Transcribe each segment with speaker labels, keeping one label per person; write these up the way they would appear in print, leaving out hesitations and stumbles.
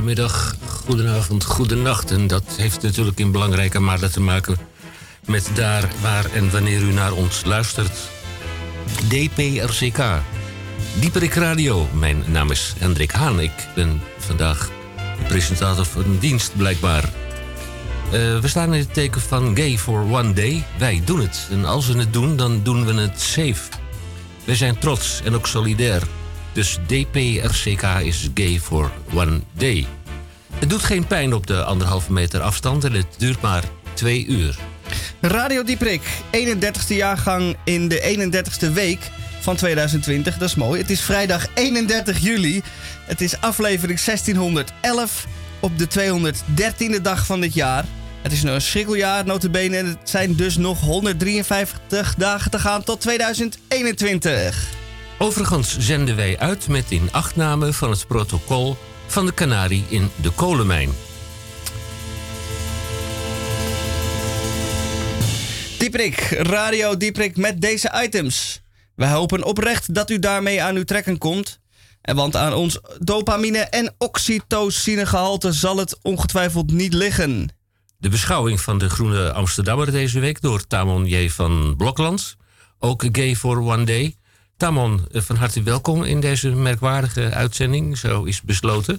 Speaker 1: goedemiddag, goedenavond, goedenacht. En dat heeft natuurlijk in belangrijke mate te maken met daar, waar en wanneer u naar ons luistert. DPRCK, Dieperik Radio. Mijn naam is Hendrik Haan. Ik ben vandaag presentator van een dienst, blijkbaar. We staan in het teken van Gay for One Day. Wij doen het. En als we het doen, dan doen we het safe. Wij zijn trots en ook solidair. Dus DPRCK is Gay for One Day. Het doet geen pijn op de 1,5 meter afstand en het duurt maar 2 uur.
Speaker 2: Radio Dieperik, 31ste jaargang in de 31ste week van 2020. Dat is mooi. Het is vrijdag 31 juli. Het is aflevering 1611 op de 213e dag van dit jaar. Het is een schrikkeljaar, nota bene. En het zijn dus nog 153 dagen te gaan tot 2021.
Speaker 1: Overigens zenden wij uit met inachtname van het protocol van de Canarie in de kolenmijn.
Speaker 2: Dieperik, Radio Dieperik met deze items. Wij hopen oprecht dat u daarmee aan uw trekken komt. Want aan ons dopamine- en oxytocinegehalte zal het ongetwijfeld niet liggen.
Speaker 1: De beschouwing van de Groene Amsterdammer deze week door Tamon J. van Blokland. Ook Gay for One Day. Tamon, van harte welkom in deze merkwaardige uitzending. Zo is besloten.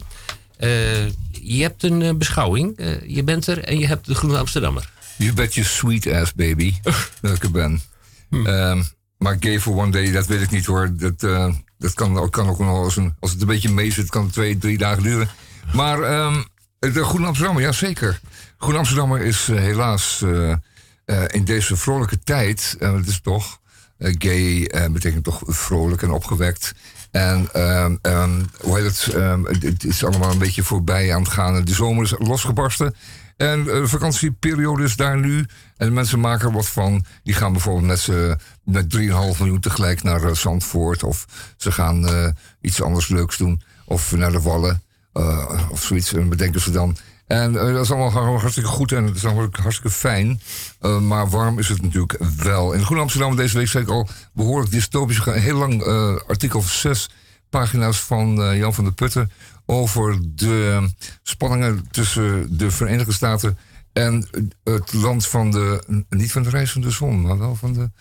Speaker 1: Je hebt een beschouwing. Je bent er en je hebt de Groene Amsterdammer.
Speaker 3: You bet your sweet ass, baby. Dat ik er ben. Maar Gay for One Day, dat weet ik niet hoor. Dat kan ook nog als het een beetje mee zit, kan het 2-3 dagen duren. Maar de Groene Amsterdammer, ja zeker. Groene Amsterdammer is helaas in deze vrolijke tijd, het is toch, gay betekent toch vrolijk en opgewekt. En hoe heet het? Het is allemaal een beetje voorbij aan het gaan. De zomer is losgebarsten. En de vakantieperiode is daar nu. En de mensen maken er wat van. Die gaan bijvoorbeeld met 3,5 miljoen tegelijk naar Zandvoort. Of ze gaan iets anders leuks doen. Of naar de Wallen. Of zoiets. En bedenken ze dan. En dat is allemaal hartstikke goed en het is allemaal hartstikke fijn. Maar warm is het natuurlijk wel. In Groene Amsterdam deze week zei ik al behoorlijk dystopisch. Een heel lang artikel van 6 pagina's van Jan van der Putten over de spanningen tussen de Verenigde Staten en het land van niet van de reizende zon, maar wel van de...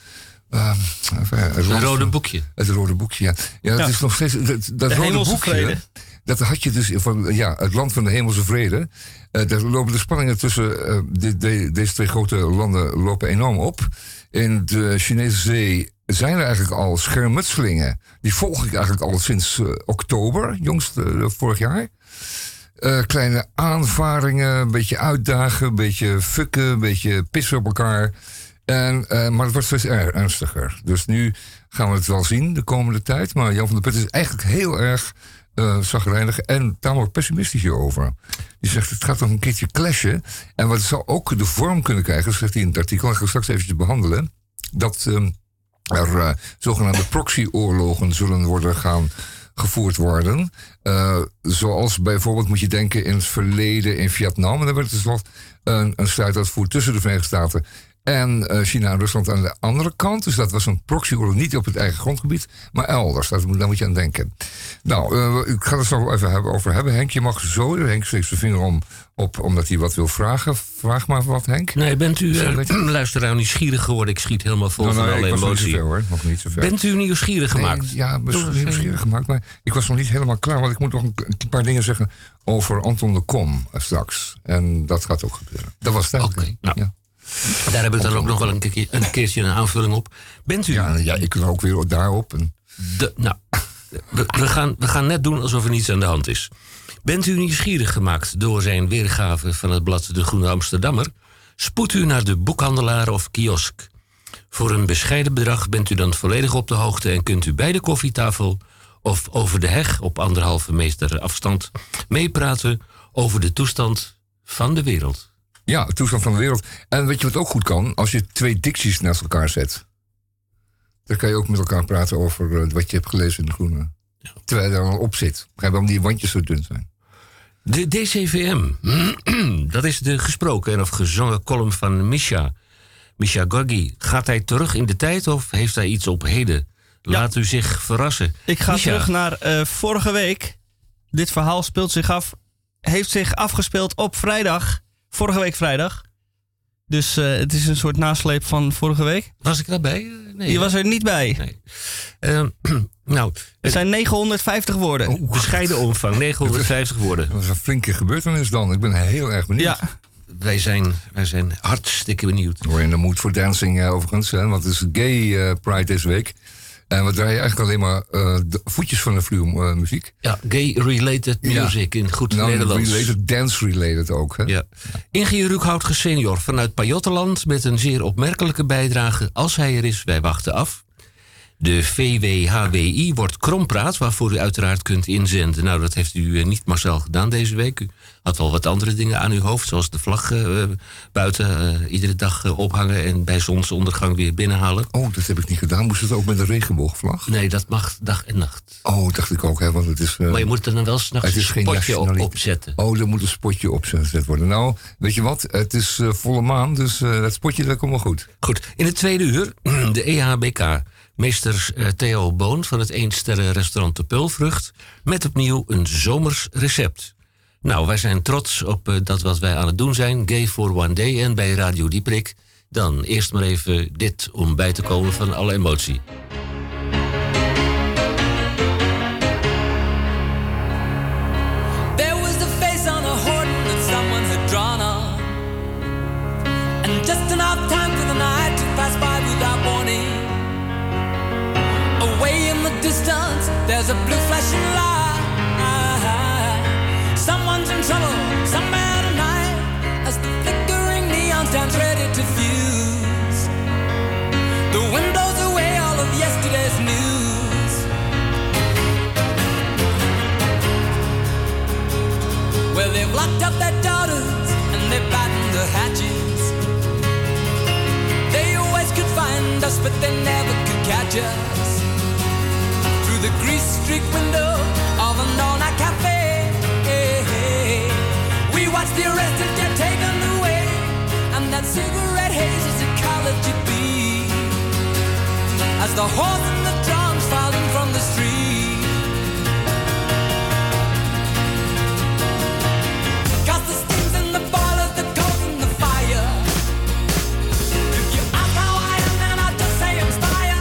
Speaker 1: het rode boekje.
Speaker 3: Het rode boekje, ja. Ja, dat is nog steeds... Dat rode boekje, vrede. Dat had je dus van het land van de hemelse vrede. Daar lopen de spanningen tussen deze 2 grote landen lopen enorm op. In de Chinese zee zijn er eigenlijk al schermutselingen. Die volg ik eigenlijk al sinds oktober, vorig jaar. Kleine aanvaringen, een beetje uitdagen, een beetje fucken, een beetje pissen op elkaar. Maar het wordt steeds ernstiger. Dus nu gaan we het wel zien de komende tijd. Maar Jan van der Putten is eigenlijk heel erg chagrijnig en tamelijk pessimistisch hierover. Die zegt, het gaat toch een keertje clashen. En wat zou ook de vorm kunnen krijgen, dat zegt hij in het artikel, dat ga ik straks eventjes behandelen, dat er zogenaamde proxyoorlogen zullen worden gevoerd worden. Zoals bijvoorbeeld, moet je denken, in het verleden in Vietnam. En daar werd dus een strijd uitgevoerd tussen de Verenigde Staten en China en Rusland aan de andere kant. Dus dat was een proxyoorlog, niet op het eigen daar elders. Daar moet je aan denken. Nou, ik ga het zo even over hebben. Henk, je mag zo. Henk steekt zijn vinger op omdat hij wat wil vragen. Vraag maar wat, Henk.
Speaker 1: Nee, bent u luisteraar nieuwsgierig geworden? Ik schiet helemaal vol van alle emotie.
Speaker 3: Nog niet zo ver.
Speaker 1: Bent u nieuwsgierig gemaakt?
Speaker 3: Nee, ja, nieuwsgierig gemaakt. Maar ik was nog niet helemaal klaar. Want ik moet nog een paar dingen zeggen over Anton de Kom straks. En dat gaat ook gebeuren. Dat was het.
Speaker 1: Oké, nou. Ja. Daar hebben we dan ook nog wel een keertje een aanvulling op. Bent u...
Speaker 3: Ja, ik kan ook weer daarop.
Speaker 1: We gaan net doen alsof er niets aan de hand is. Bent u nieuwsgierig gemaakt door zijn weergave van het blad De Groene Amsterdammer? Spoed u naar de boekhandelaar of kiosk. Voor een bescheiden bedrag bent u dan volledig op de hoogte en kunt u bij de koffietafel of over de heg op 1,5 meter afstand meepraten over de toestand van de wereld.
Speaker 3: Ja, de toestand van de wereld. En weet je wat ook goed kan? Als je 2 dicties naast elkaar zet. Dan kan je ook met elkaar praten over wat je hebt gelezen in de Groene. Ja. Terwijl je er al op zit. Begrijp je waarom die wandjes zo dun zijn?
Speaker 1: De DCVM. Dat is de gesproken of gezongen column van Misha Gorgi. Gaat hij terug in de tijd of heeft hij iets op heden? Laat u zich verrassen.
Speaker 2: Ik ga terug naar vorige week. Dit verhaal speelt zich af heeft zich afgespeeld op vrijdag. Vorige week vrijdag. Dus het is een soort nasleep van vorige week.
Speaker 1: Was ik daarbij? Nee.
Speaker 2: Je was er niet bij.
Speaker 1: Nee. Nou,
Speaker 2: het zijn 950 woorden.
Speaker 1: Bescheiden omvang, 950 woorden.
Speaker 3: Dat is een flinke gebeurtenis dan. Ik ben heel erg benieuwd.
Speaker 2: Ja.
Speaker 1: Wij zijn hartstikke benieuwd.
Speaker 3: We're in the mood for dancing overigens. Hè, want het is Gay Pride deze week. En we draaien eigenlijk alleen maar de voetjes van de vloer muziek.
Speaker 1: Ja, gay-related music in goed Nederlands.
Speaker 3: Related, dance-related ook. Hè?
Speaker 1: Ja. Inge Rukhoutge senior vanuit Pajottenland met een zeer opmerkelijke bijdrage. Als hij er is, wij wachten af. De VWHWI wordt Krompraat, waarvoor u uiteraard kunt inzenden. Nou, dat heeft u niet Marcel gedaan deze week. U had al wat andere dingen aan uw hoofd, zoals de vlag buiten iedere dag ophangen en bij zonsondergang weer binnenhalen.
Speaker 3: Oh, dat heb ik niet gedaan. Moest het ook met een regenboogvlag?
Speaker 1: Nee, dat mag dag en nacht.
Speaker 3: Oh, dacht ik ook, hè, want het is...
Speaker 1: maar je moet er dan wel s'nachts een spotje op zetten.
Speaker 3: Oh, er moet een spotje opgezet worden. Nou, weet je wat? Het is volle maan, dus dat spotje, dat komt wel goed.
Speaker 1: Goed, in het tweede uur, de EHBK. Meester Theo Boon van het 1-sterren restaurant De Peulvrucht met opnieuw een zomers recept. Nou, wij zijn trots op dat wat wij aan het doen zijn. Gay for One Day en bij Radio Dieprik. Dan eerst maar even dit om bij te komen van alle emotie.
Speaker 4: There was a face on a horn that someone had drawn on. And just enough time for the night to pass by without warning. Away in the distance, there's a blue flashing light. Someone's in trouble somewhere tonight, as the flickering neon stands ready to fuse. The window's away all of yesterday's news. Well, they've locked up their daughters and they've battened the hatches. They always could find us, but they never could catch us. The grease-streaked window of an all-night cafe, we watch the arrested get taken away, and that cigarette haze is a college be as the horse and the drums falling from the street. 'Cause the steam's in the boilers, the coals in the fire. If you ask how I am, then I'll just say inspired.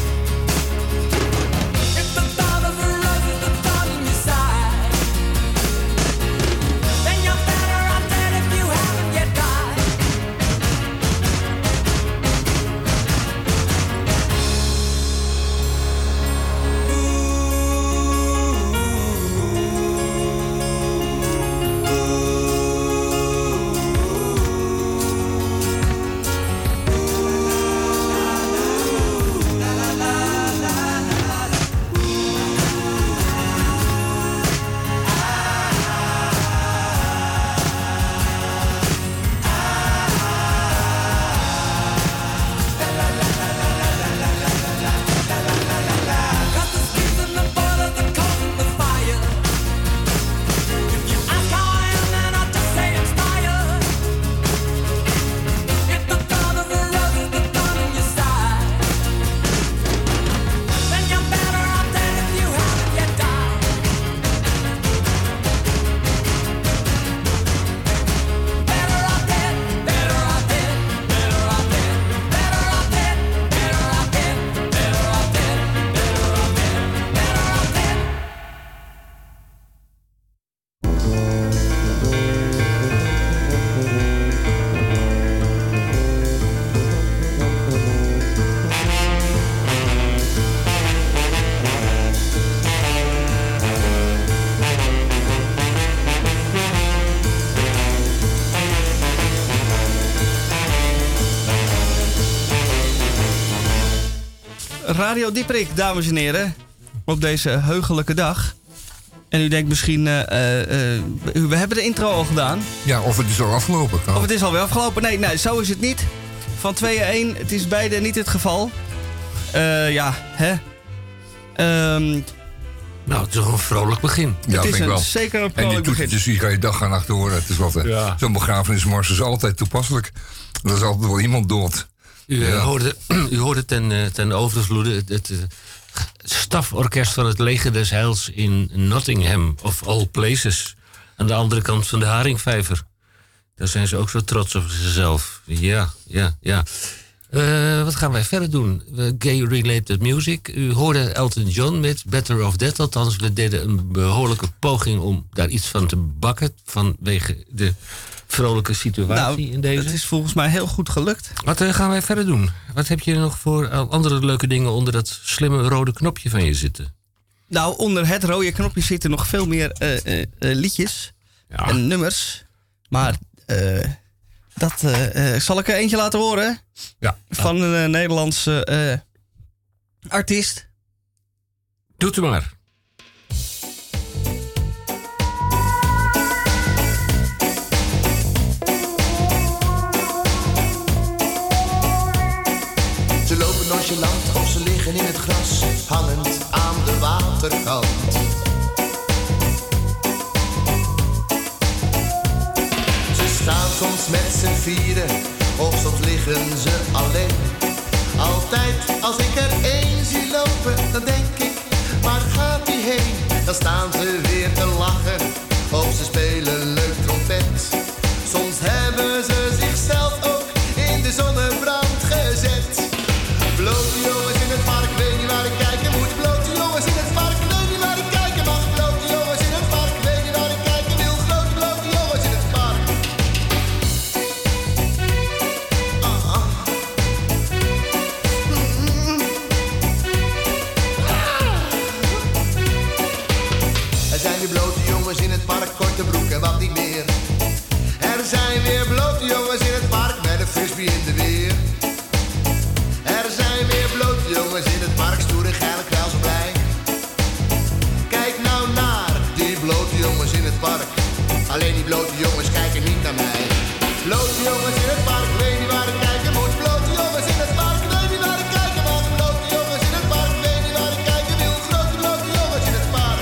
Speaker 2: Radio Dieprik, dames en heren. Op deze heugelijke dag. En u denkt misschien, we hebben de intro al gedaan.
Speaker 3: Ja, of het is al afgelopen.
Speaker 2: Of het is alweer afgelopen. Nee, zo is het niet. Van 2-1, het is beide niet het geval. Ja, hè?
Speaker 1: Nou, het is toch een vrolijk begin.
Speaker 3: Ja,
Speaker 2: het is
Speaker 3: wel.
Speaker 2: Zeker een vrolijk begin.
Speaker 3: En die toetertjes die ga je dag gaan achter horen. Het is wat, zo'n begrafenismars is altijd toepasselijk. Er is altijd wel iemand dood.
Speaker 1: U hoorde ten overvloede het staforkest van het Leger des Heils in Nottingham, of all places. aan de andere kant van de Haringvijver. Daar zijn ze ook zo trots op zichzelf. Ja. Wat gaan wij verder doen? Gay-related music. U hoorde Elton John met Better of That. Althans, we deden een behoorlijke poging om daar iets van te bakken. Vanwege de vrolijke situatie in deze.
Speaker 2: Het is volgens mij heel goed gelukt.
Speaker 1: Wat gaan wij verder doen? Wat heb je nog voor andere leuke dingen onder dat slimme rode knopje van je zitten?
Speaker 2: Nou, onder het rode knopje zitten nog veel meer liedjes en nummers. Maar zal ik er eentje laten horen?
Speaker 1: Ja.
Speaker 2: Van een Nederlandse artiest.
Speaker 1: Doe het maar.
Speaker 5: Ze lopen nonchalant of ze liggen in het gras, hangend aan de waterkant. Ze staan soms met z'n vieren, of soms liggen ze alleen. Altijd als ik er één zie lopen, dan denk ik, waar gaat die heen? Dan staan ze weer te lachen, of ze spelen leuk trompet. Soms hebben ze zichzelf ook in de zonnebrand gezet. Blote jongens in het park, weet niet waar ik kijken moet. Blote jongens in het park, weet niet waar ik kijken mag. Blote jongens in het park, weet niet waar ik kijken wil. Grote blote jongens in het park. Er zijn weer blote jongens in het park, korte broek en wat niet meer. Er zijn weer blote jongens in het park met een frisbee in de weer. Er zijn weer blote jongens in het park, stoer en geil, wel zo blij. Kijk nou naar die blote jongens in het park. Alleen die blote jongens kijken niet naar mij. Blote jongens in het park, weet niet waar ik kijken moet. Blote jongens in het park, weet niet waar ik kijken mag. Blote jongens in het park, weet niet waar ik kijken wil. Grote blote jongens in het park.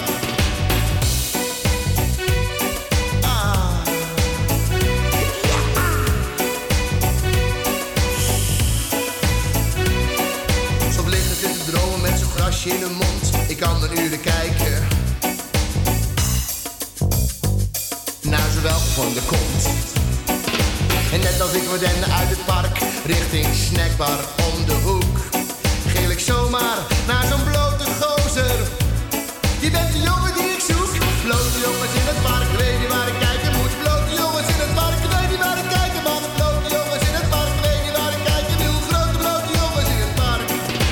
Speaker 5: Dromen met zo'n grasje in hun mond. Ik kan er uren kijken naar zo welgevormde kont. En net als ik rende uit het park richting snackbar om de hoek, geel ik zomaar naar zo'n blote gozer. Je bent de jongen die ik zoek. Blote jongens in het park, weet niet waar ik kijken moet. Blote jongens in het park, weet niet waar ik kijken mag. Blote jongens in het park, weet niet waar ik kijken wil. Grote blote jongens in het park.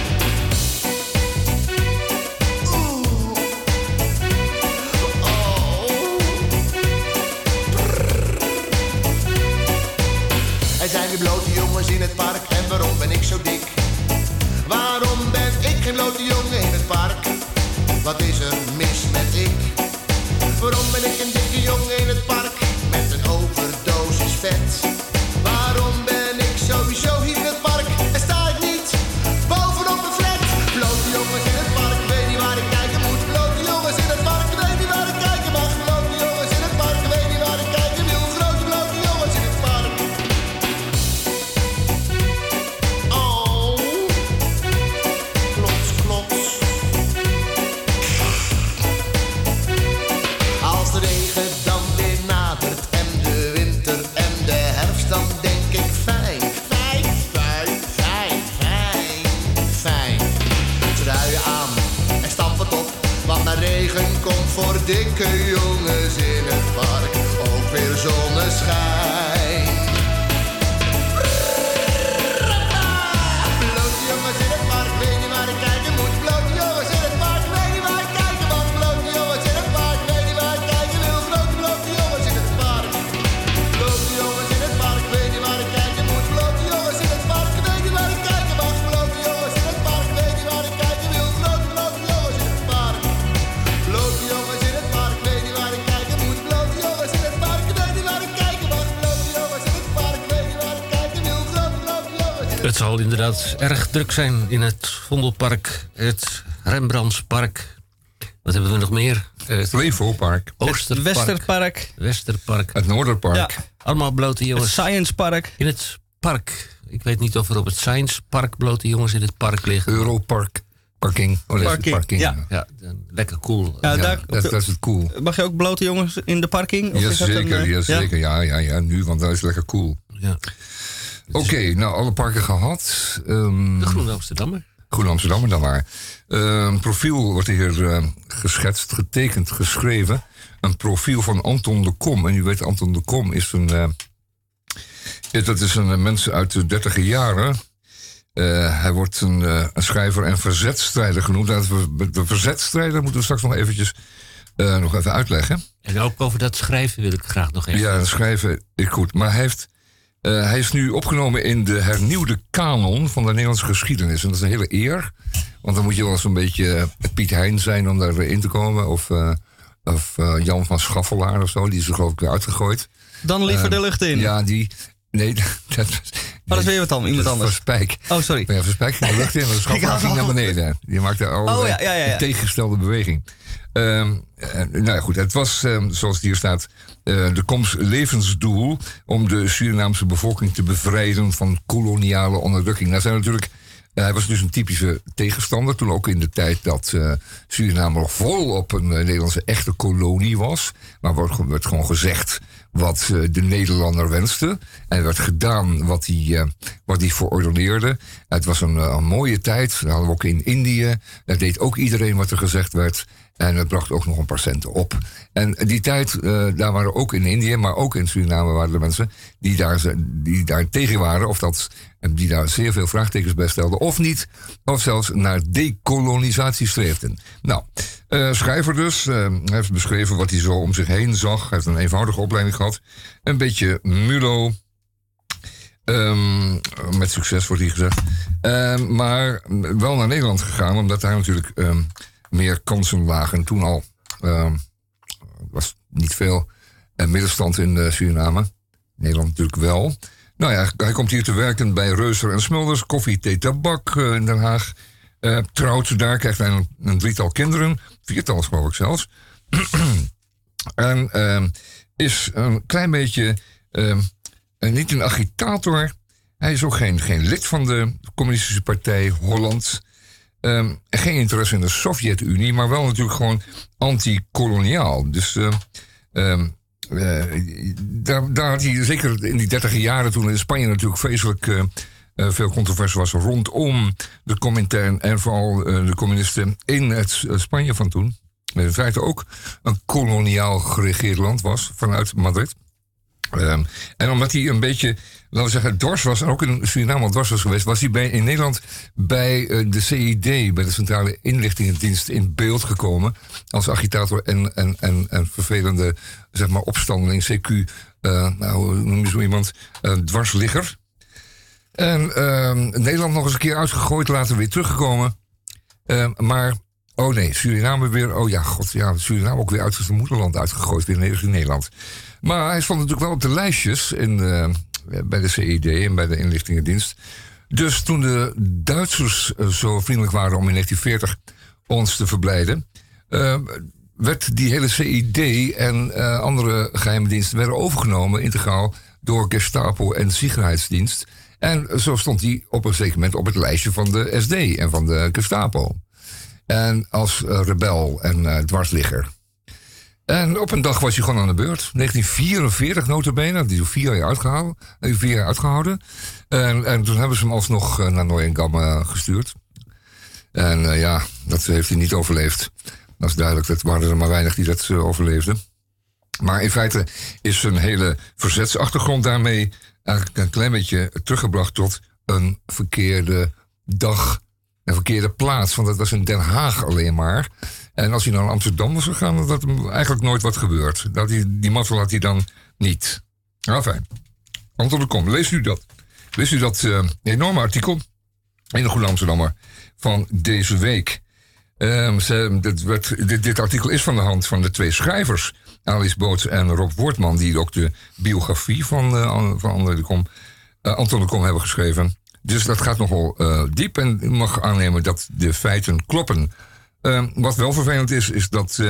Speaker 5: Er zijn weer blote jongens in het park en waarom ben ik zo dik? Waarom ben ik geen blote jongen in het park? Wat is er mis met ik? Waarom ben ik een dikke jongen in het park met een overdosis vet? Waarom ben ik sowieso hier in het park en sta ik niet bovenop een flat? Blote jongens in het park, weet niet waar ik kijken moet. Blote jongens in het park, weet niet waar ik kijken mag. Blote jongens in het park, weet niet waar ik kijken wil. Grote blote jongens in het park. Als de regen dan weer nadert en de winter en de herfst, dan denk ik fijn, fijn, fijn, fijn, fijn, fijn. Truien aan en stamp wat op, want na regen komt voor dikke jongens in het park ook weer zonneschijn. Blote jongens in het park, weet niet waar ik kijken moet. Blote jongens in het park, weet niet waar ik kijken mag. Blote jongens in het park, weet niet waar ik kijken wil. Grote blote jongens in het park. Blote jongens in het park, weet niet waar ik kijken moet. Blote jongens in het park, weet niet waar ik kijken mag. Blote jongens in het park, weet niet waar ik kijken wil. Grote blote jongens in het park. Blote jongens in het park, weet niet waar ik kijken moet. Blote jongens in het park, weet niet waar ik kijken mag. Blote jongens in het park, weet niet waar ik kijken wil. Grote blote jongens in het park.
Speaker 1: Het zal inderdaad erg druk zijn in het Vondelpark, het Rembrandtspark. Wat hebben we nog meer?
Speaker 3: Het Flevopark.
Speaker 1: Oosterpark.
Speaker 2: Westerpark.
Speaker 1: Westerpark.
Speaker 3: Het Noorderpark.
Speaker 2: Ja.
Speaker 1: Allemaal blote
Speaker 2: Het
Speaker 1: jongens
Speaker 2: Science Park.
Speaker 1: in het park. Ik weet niet of er op het Science Park blote jongens in het park liggen.
Speaker 3: Europark. Parking.
Speaker 2: Parking.
Speaker 1: Ja, lekker cool.
Speaker 2: Ja,
Speaker 3: dat is het cool.
Speaker 2: Mag je ook blote jongens in de parking? Of
Speaker 3: Jazeker. Ja, nu, want dat is lekker cool.
Speaker 1: Ja.
Speaker 3: Oké, nou, alle parken gehad.
Speaker 1: De Groene Amsterdammer.
Speaker 3: Groene Amsterdammer dan maar. Profiel wordt hier geschetst, getekend, geschreven. Een profiel van Anton de Kom. En u weet, Anton de Kom is dat is een mens uit de 30e jaren. Hij wordt een schrijver en verzetstrijder genoemd. De verzetstrijder moeten we straks nog even uitleggen.
Speaker 1: En ook over dat schrijven wil ik graag nog even.
Speaker 3: Ja, schrijven is goed. Maar hij is nu opgenomen in de hernieuwde kanon van de Nederlandse geschiedenis. En dat is een hele eer. Want dan moet je wel eens een beetje Piet Hein zijn om daarin te komen. Of Jan van Schaffelaar of zo. Die is er geloof ik weer uitgegooid.
Speaker 2: Dan liever de lucht in.
Speaker 3: Ja, Nee,
Speaker 2: dat is weer wat dan, iemand anders.
Speaker 3: Verspijk.
Speaker 2: Oh, sorry.
Speaker 3: Ja, Verspijk ging de lucht in en de Schaffelaar ging naar beneden. Die maakte al een tegengestelde beweging. Nou ja, goed. Het was, zoals het hier staat, de Koms levensdoel om de Surinaamse bevolking te bevrijden van koloniale onderdrukking. Nou zijn natuurlijk... Hij was dus een typische tegenstander. Toen ook in de tijd dat Suriname nog volop een Nederlandse echte kolonie was. Maar werd gewoon gezegd wat de Nederlander wenste. En er werd gedaan wat hij verordoneerde. Het was een mooie tijd. Dat hadden we ook in Indië. Daar deed ook iedereen wat er gezegd werd. En het bracht ook nog een paar centen op. En die tijd, daar waren ook in Indië, maar ook in Suriname waren er mensen die daar tegen waren. Of die daar zeer veel vraagtekens bij stelden. Of niet. Of zelfs naar dekolonisatie streefden. Nou, schrijver dus. Hij heeft beschreven wat hij zo om zich heen zag. Hij heeft een eenvoudige opleiding gehad. Een beetje MULO. Met succes wordt hij gezegd. Maar wel naar Nederland gegaan, omdat daar natuurlijk... meer kansen lagen. Toen al was niet veel middenstand in Suriname. Nederland natuurlijk wel. Nou ja, hij komt hier te werken bij Reuser en Smulders. Koffie, thee, tabak in Den Haag. Trouwt daar, krijgt hij een 3-tal kinderen. 4-tal geloof ik zelfs. En is een klein beetje... niet een agitator. Hij is ook geen lid van de Communistische Partij Holland... geen interesse in de Sovjet-Unie, maar wel natuurlijk gewoon anti-koloniaal. Dus daar had hij zeker in die 30e jaren, toen in Spanje natuurlijk vreselijk veel controverse was rondom de Comintern en vooral de communisten in het Spanje van toen. Dat in feite ook een koloniaal geregeerd land was vanuit Madrid. En omdat hij een beetje, laten we zeggen, dwars was... en ook in Suriname al dwars was geweest... was hij in Nederland bij de CID... bij de Centrale Inlichtingendienst in beeld gekomen... als agitator en vervelende, zeg maar, opstandeling... CQ, hoe noem je zo iemand? Dwarsligger. En Nederland nog eens een keer uitgegooid... later weer teruggekomen. Maar... oh nee, Suriname weer... oh ja, god, ja, Suriname ook weer uit zijn moederland uitgegooid... weer in Nederland. Maar hij stond natuurlijk wel op de lijstjes bij de CID en bij de inlichtingendienst. Dus toen de Duitsers zo vriendelijk waren om in 1940 ons te verblijden... werd die hele CID en andere geheime diensten werden overgenomen integraal door Gestapo en Sicherheidsdienst. En zo stond hij op een zeker moment op het lijstje van de SD en van de Gestapo. En als rebel en dwarsligger. En op een dag was hij gewoon aan de beurt. 1944 nota bene, die 4 jaar uitgehouden. En toen hebben ze hem alsnog naar Neuengamme gestuurd. En ja, dat heeft hij niet overleefd. Dat is duidelijk, dat waren er maar weinig die dat overleefden. Maar in feite is zijn hele verzetsachtergrond daarmee eigenlijk een klein beetje teruggebracht tot een verkeerde dag, een verkeerde plaats. Want dat was in Den Haag alleen maar. En als hij naar Amsterdam was gegaan, dan had hem eigenlijk nooit wat gebeurd. Die mazzel had hij dan niet. Nou, fijn. Anton de Kom, leest u dat enorme artikel in de Groene Amsterdammer van deze week. Dit artikel is van de hand van de 2 schrijvers, Alice Boots en Rob Woordman, die ook de biografie van Anton de Kom hebben geschreven. Dus dat gaat nogal diep en u mag aannemen dat de feiten kloppen. Wat wel vervelend is dat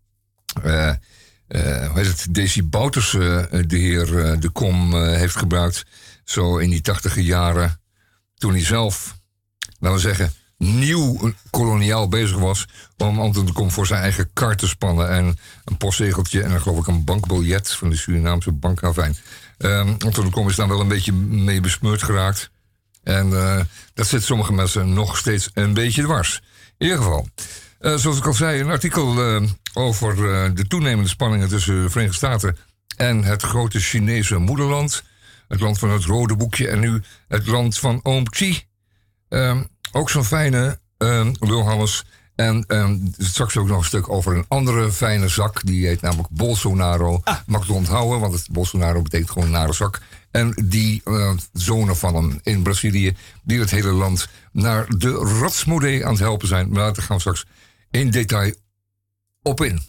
Speaker 3: Desi Bouters de heer de Kom heeft gebruikt, zo in die 80e jaren, toen hij zelf, laten we zeggen, nieuw koloniaal bezig was om Anton de Kom voor zijn eigen kar te spannen. En een postzegeltje en dan geloof ik een bankbiljet van de Surinaamse bankhavijn. Anton de Kom is daar wel een beetje mee besmeurd geraakt. En dat zit sommige mensen nog steeds een beetje dwars. In ieder geval, zoals ik al zei, een artikel over de toenemende spanningen tussen de Verenigde Staten en het grote Chinese moederland. Het land van het rode boekje en nu het land van Oom Xi. Ook zo'n fijne lulhallers. En straks ook nog een stuk over een andere fijne zak. Die heet namelijk Bolsonaro. Makkelijk onthouden, want Bolsonaro betekent gewoon nare zak. En die zonen van hem in Brazilië, die het hele land naar de rotsmodee aan het helpen zijn. Maar daar gaan we straks in detail op in.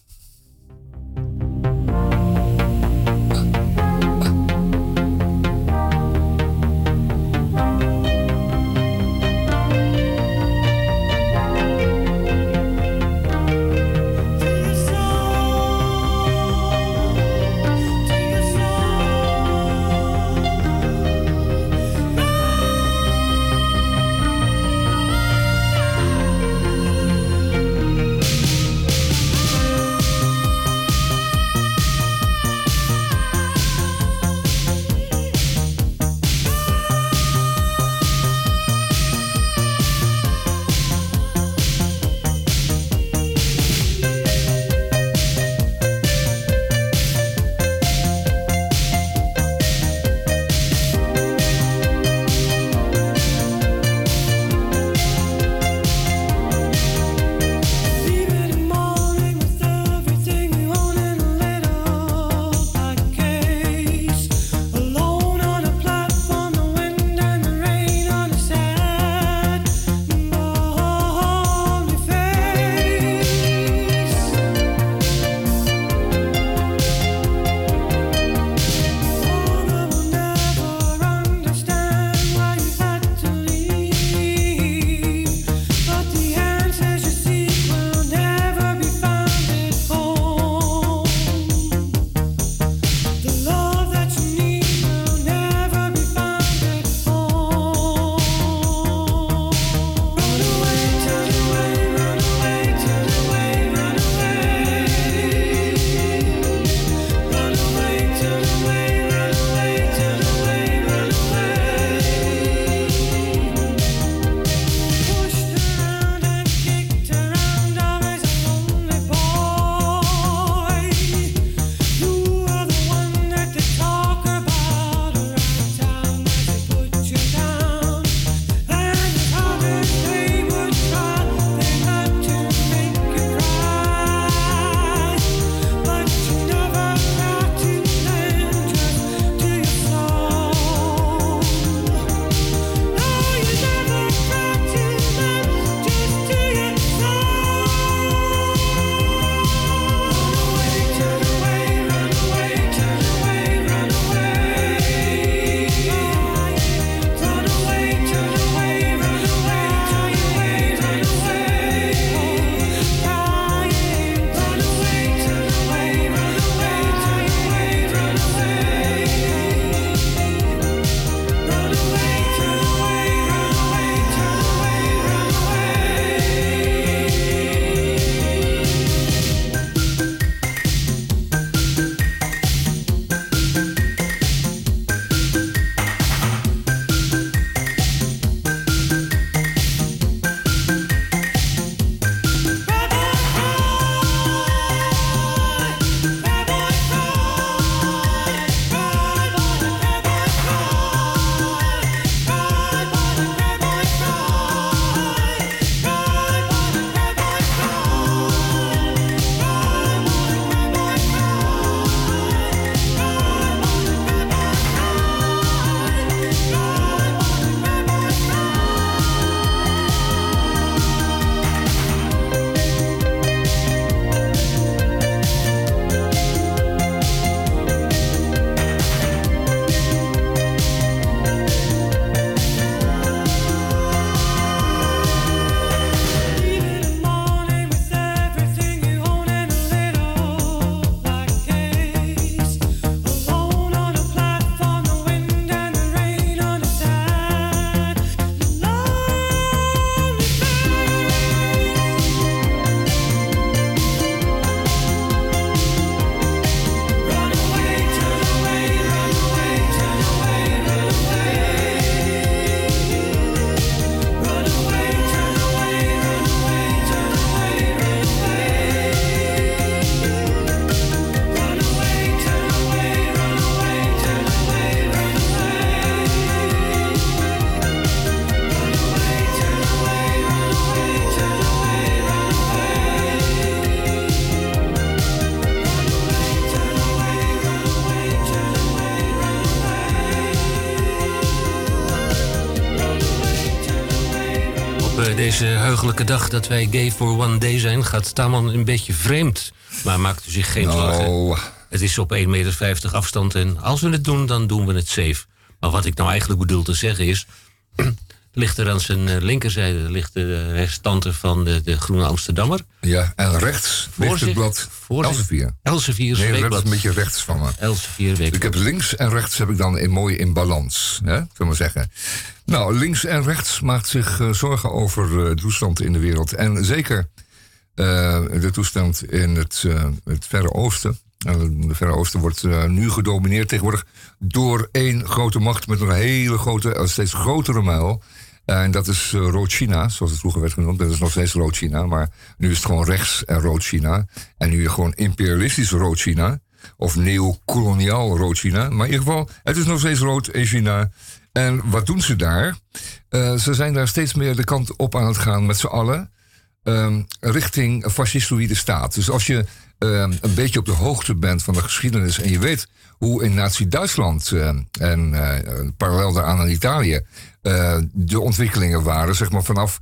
Speaker 1: deze heugelijke dag dat wij gay for one day zijn... gaat Taman een beetje vreemd. Maar maakt u zich geen zorgen. Het is op 1,50 meter afstand en als we het doen, dan doen we het safe. Maar wat ik nou eigenlijk bedoel te zeggen is... ligt er aan zijn linkerzijde ligt de restanten van de Groene Amsterdammer.
Speaker 3: Ja, en rechts ligt het blad Elsevier.
Speaker 1: Elsevier's Weekblad.
Speaker 3: Dat is een beetje rechts van me.
Speaker 1: Elsevier Weekblad.
Speaker 3: Ik heb links en rechts heb ik dan mooi in balans, hè, zullen we maar zeggen. Nou, links en rechts maakt zich zorgen over de toestand in de wereld. En zeker de toestand in het Verre Oosten. Het Verre Oosten wordt nu gedomineerd tegenwoordig door één grote macht met een hele grote, steeds grotere muil. En dat is Rood-China, zoals het vroeger werd genoemd. Dat is nog steeds Rood-China, maar nu is het gewoon rechts en Rood-China. En nu gewoon imperialistisch Rood-China. Of neocoloniaal Rood-China. Maar in ieder geval, het is nog steeds rood in China. En wat doen ze daar? Ze zijn daar steeds meer de kant op aan het gaan met z'n allen. Richting fascistoïde staat. Dus als je een beetje op de hoogte bent van de geschiedenis... en je weet hoe in Nazi-Duitsland en parallel daaraan in Italië... de ontwikkelingen waren, zeg maar vanaf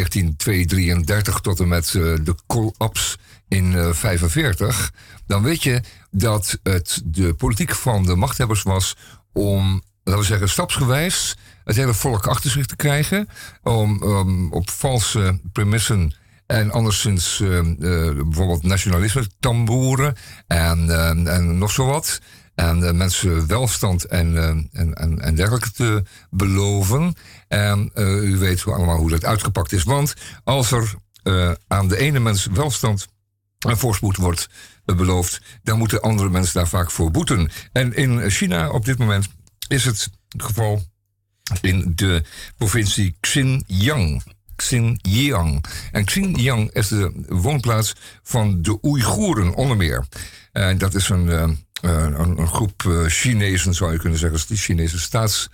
Speaker 3: 1933 tot en met de collapse in 1945... dan weet je dat het de politiek van de machthebbers was om, laten we zeggen, stapsgewijs... het hele volk achter zich te krijgen, om op valse premissen... En anderszins bijvoorbeeld nationalisme, tamboeren en nog zo wat. En mensen welstand en dergelijke te beloven. En u weet allemaal hoe dat uitgepakt is. Want als er aan de ene mens welstand en voorspoed wordt beloofd... dan moeten andere mensen daar vaak voor boeten. En in China op dit moment is het geval in de provincie Xinjiang... Xinjiang. En Xinjiang is de woonplaats van de Oeigoeren, onder meer. En dat is een groep Chinezen, zou je kunnen zeggen. De Chinese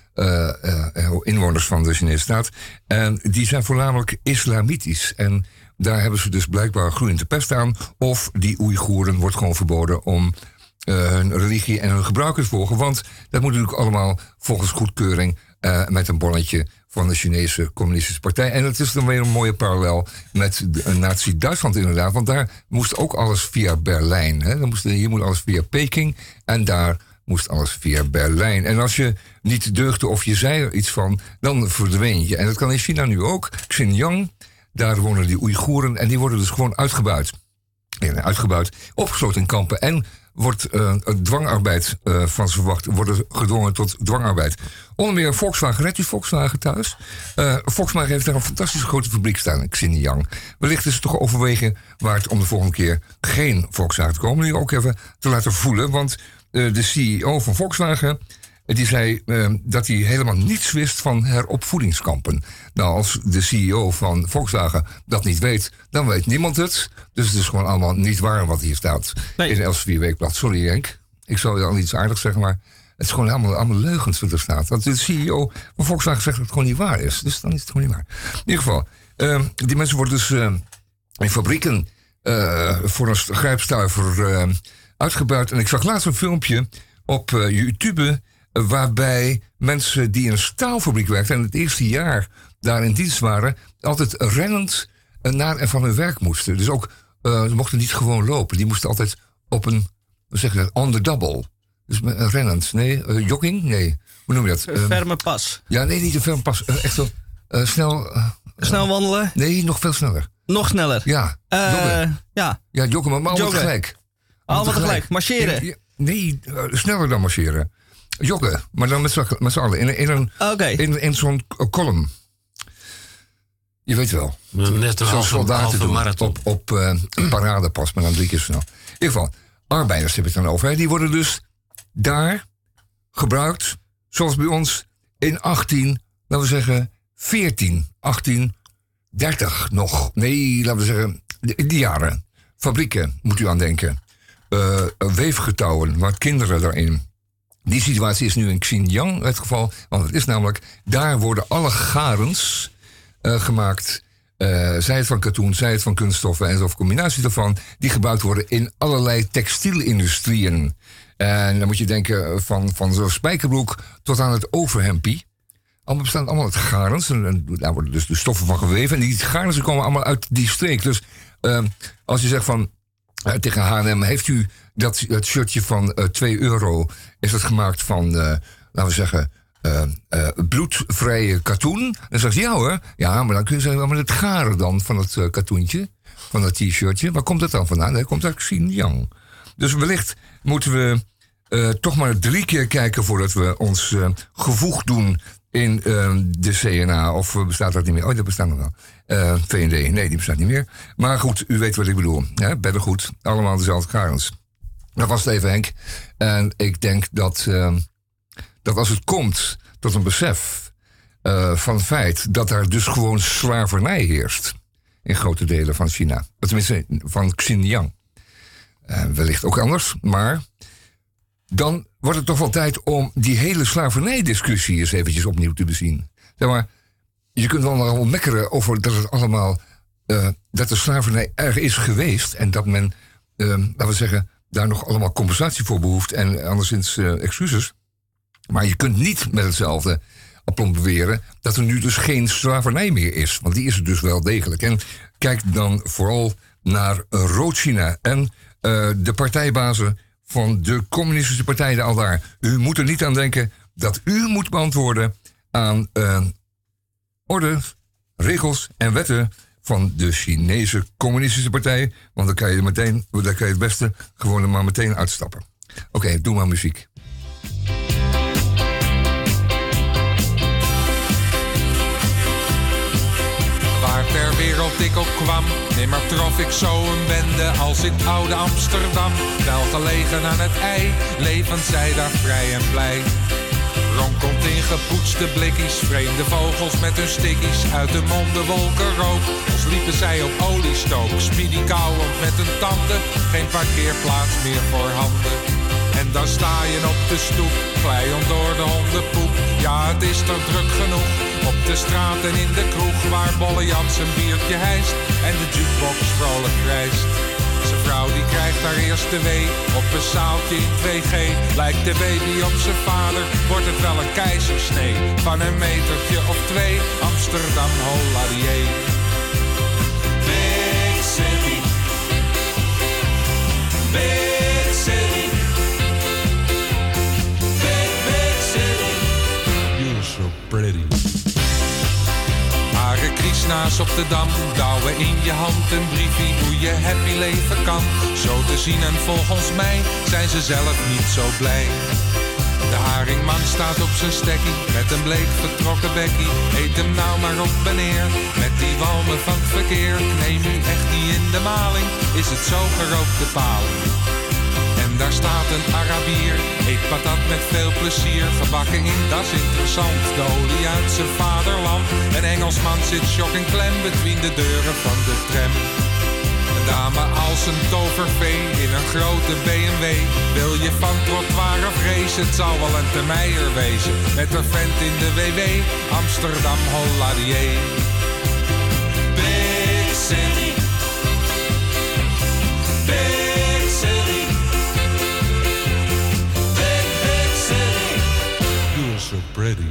Speaker 3: inwoners van de Chinese staat. En die zijn voornamelijk islamitisch. En daar hebben ze dus blijkbaar groeiende pest aan. Of die Oeigoeren wordt gewoon verboden om hun religie en hun gebruiken te volgen. Want dat moet natuurlijk allemaal volgens goedkeuring met een bonnetje van de Chinese Communistische Partij. En het is dan weer een mooie parallel met Nazi-Duitsland inderdaad. Want daar moest ook alles via Berlijn. Hè? Hier moet alles via Peking en daar moest alles via Berlijn. En als je niet deugde of je zei er iets van, dan verdween je. En dat kan in China nu ook. Xinjiang, daar wonen die Oeigoeren en die worden dus gewoon uitgebuit. Opgesloten in kampen en wordt dwangarbeid van ze verwacht, worden gedwongen tot dwangarbeid. Onder meer Volkswagen. Redt u Volkswagen thuis? Volkswagen heeft daar een fantastische grote fabriek staan in Xinjiang. Wellicht is het toch overwegen waard om de volgende keer geen Volkswagen te komen. Die ook even te laten voelen. Want de CEO van Volkswagen die zei dat hij helemaal niets wist van heropvoedingskampen. Nou, als de CEO van Volkswagen dat niet weet, dan weet niemand het. Dus het is gewoon allemaal niet waar wat hier staat in het Elsevier Weekblad. Sorry Henk, ik zou je al iets aardigs zeggen, maar het is gewoon allemaal leugens wat er staat. Want de CEO van Volkswagen zegt dat het gewoon niet waar is. Dus dan is het gewoon niet waar. In ieder geval, die mensen worden dus in fabrieken voor een grijpstuiver uitgebuit. En ik zag laatst een filmpje op YouTube waarbij mensen die in een staalfabriek werkten en het eerste jaar daar in dienst waren, altijd rennend naar en van hun werk moesten. Dus ook, ze mochten niet gewoon lopen. Die moesten altijd op een, hoe zeg je dat, on the double. Dus rennend. Nee, jogging? Nee. Hoe noem je dat?
Speaker 2: Ferme pas.
Speaker 3: Ja, nee, niet een ferme pas. Echt zo snel.
Speaker 2: Snel wandelen?
Speaker 3: Nee, nog veel sneller.
Speaker 2: Nog sneller?
Speaker 3: Ja. Joggen.
Speaker 2: Ja,
Speaker 3: joggen, maar allemaal tegelijk.
Speaker 2: Allemaal tegelijk. Marcheren?
Speaker 3: Nee, sneller dan marcheren. Joggen, maar dan met z'n allen. In zo'n column. Je weet wel.
Speaker 1: Net zoals soldaten doen
Speaker 3: op paradepas, maar dan 3 keer snel. In ieder geval, arbeiders heb ik het dan over. Hè. Die worden dus daar gebruikt, zoals bij ons, in 1830 nog. Nee, laten we zeggen, die jaren. Fabrieken, moet u aan denken. Weefgetouwen, waar kinderen daarin. Die situatie is nu in Xinjiang het geval. Want het is namelijk, daar worden alle garens gemaakt. Zij het van katoen, zij het van kunststoffen en zo'n combinatie daarvan, die gebruikt worden in allerlei textielindustrieën. En dan moet je denken van zo'n spijkerbroek tot aan het overhempie. allemaal bestaan allemaal uit garens. En daar worden dus de stoffen van geweven. En die garens komen allemaal uit die streek. Dus als je zegt van tegen H&M, heeft u dat shirtje van €2? Is dat gemaakt van, laten we zeggen, bloedvrije katoen? Dan zegt ze, ja hoor. Ja, maar dan kun je zeggen, maar het garen dan van het katoentje, van dat t-shirtje. Waar komt dat dan vandaan? Dat komt uit Xinjiang. Dus wellicht moeten we toch maar 3 keer kijken voordat we ons gevoegd doen in de CNA. Of bestaat dat niet meer? Oh, dat bestaat nog wel. VND, nee, die bestaat niet meer. Maar goed, u weet wat ik bedoel. Beddengoed, allemaal dezelfde garens. Dat was het even, Henk. En ik denk dat als het komt tot een besef van het feit dat daar dus gewoon slavernij heerst in grote delen van China. Tenminste, van Xinjiang. Wellicht ook anders, maar dan wordt het toch wel tijd om die hele slavernijdiscussie eens eventjes opnieuw te bezien. Zeg maar, je kunt wel mekkeren over dat het allemaal, dat de slavernij er is geweest en dat men, laten we zeggen, daar nog allemaal compensatie voor behoeft en anderszins excuses. Maar je kunt niet met hetzelfde aplomb beweren dat er nu dus geen slavernij meer is. Want die is er dus wel degelijk. En kijk dan vooral naar Rood-China en de partijbazen van de communistische partijen al daar. U moet er niet aan denken dat u moet beantwoorden aan orde, regels en wetten van de Chinese communistische partij. Want dan kan je het beste gewoon er maar meteen uitstappen. Oké, doe maar muziek.
Speaker 6: Waar ter wereld ik ook kwam, nimmer trof ik zo een bende als in oude Amsterdam. Wel gelegen aan het ei, levend zij daar vrij en blij. Ronkelt in gepoetste blikkies, vreemde vogels met hun stickies. Uit de monden wolken rook, als liepen zij op oliestook. Speedy kauwend met hun tanden, geen parkeerplaats meer voor handen. En dan sta je op de stoep, glijend door de hondenpoep. Ja, het is toch druk genoeg, op de straat en in de kroeg. Waar Bolle Jans een biertje hijst en de jukebox vrolijk krijst. Zijn vrouw die krijgt haar eerste wee op een zaaltje in 2G. Lijkt de baby op zijn vader, wordt het wel een keizersnee. Van een metertje of 2, Amsterdam, holladier. Big city, big city, big city. You're so pretty. Hare Krishna's op de Dam, douwen in je hand een briefie hoe je happy leven kan. Zo te zien en volgens mij zijn ze zelf niet zo blij. De haringman staat op zijn stekkie, met een bleek vertrokken bekkie. Eet hem nou maar op meneer, met die walmen van het verkeer. Neem u echt niet in de maling, is het zo gerookte paling. En daar staat een Arabier, eet patat met veel plezier. Gebakken in, dat is interessant, de olie uit zijn vaderland. Een Engelsman zit shock en klem between de deuren van de tram. Een dame als een tovervee in een grote BMW. Wil je van trottoir of race, het zal wel een Termeijer wezen. Met een vent in de WW, Amsterdam, holladier. Big city, big city. So pretty.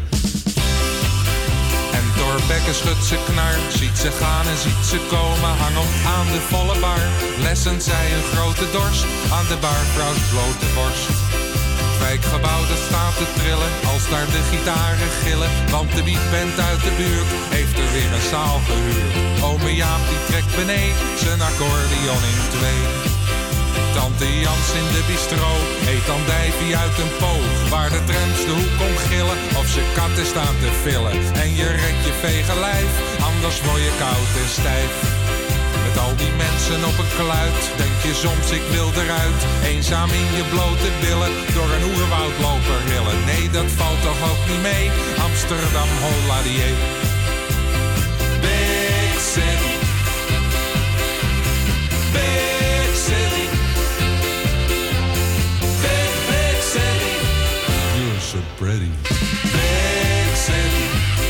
Speaker 6: En Thorbecke schudt ze knar, ziet ze gaan en ziet ze komen. Hangend aan de volle bar, lessen zij een grote dorst aan de barvrouws blote borst. Het wijkgebouw dat staat te trillen als daar de gitaren gillen. Want de beatband uit de buurt heeft er weer een zaal gehuurd. Ome Jaap die trekt beneden zijn accordeon in 2. Tante Jans in de bistro eet andijvie uit een poog. Waar de trams de hoek om gillen of ze katten staan te villen. En je redt je vege lijf, anders word je koud en stijf. Met al die mensen op een kluit, denk je soms ik wil eruit. Eenzaam in je blote billen, door een oerwoud lopen rillen. Nee, dat valt toch ook niet mee, Amsterdam, holladier. Big city, big city. So pretty. Big city,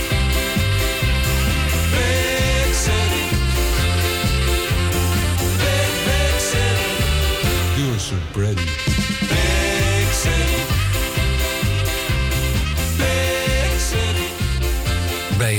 Speaker 6: big city, big city. You're so pretty. Big city, big city.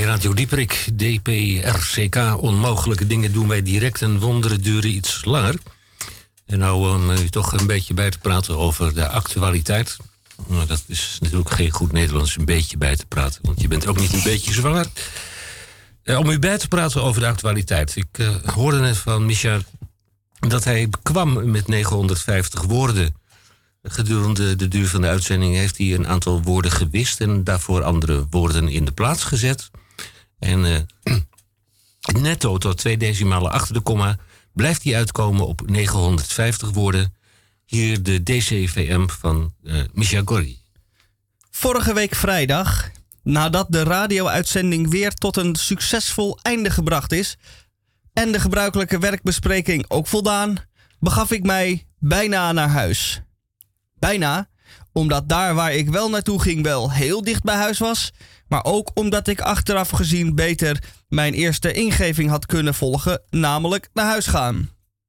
Speaker 1: Bij Radio Dieprik, DPRCK, onmogelijke dingen doen wij direct en wonderen duren iets langer. En nou om u toch een beetje bij te praten over de actualiteit. Nou, dat is natuurlijk geen goed Nederlands, een beetje bij te praten, want je bent ook niet een beetje zwanger. Om u bij te praten over de actualiteit. Ik hoorde net van Micha dat hij kwam met 950 woorden. Gedurende de duur van de uitzending heeft hij een aantal woorden gewist en daarvoor andere woorden in de plaats gezet. En netto tot 2 decimalen achter de komma blijft hij uitkomen op 950 woorden. Hier de DCVM van Misha Gorgi.
Speaker 2: Vorige week vrijdag, nadat de radio-uitzending weer tot een succesvol einde gebracht is en de gebruikelijke werkbespreking ook voldaan, begaf ik mij bijna naar huis. Bijna, omdat daar waar ik wel naartoe ging wel heel dicht bij huis was, maar ook omdat ik achteraf gezien beter mijn eerste ingeving had kunnen volgen, namelijk naar huis gaan.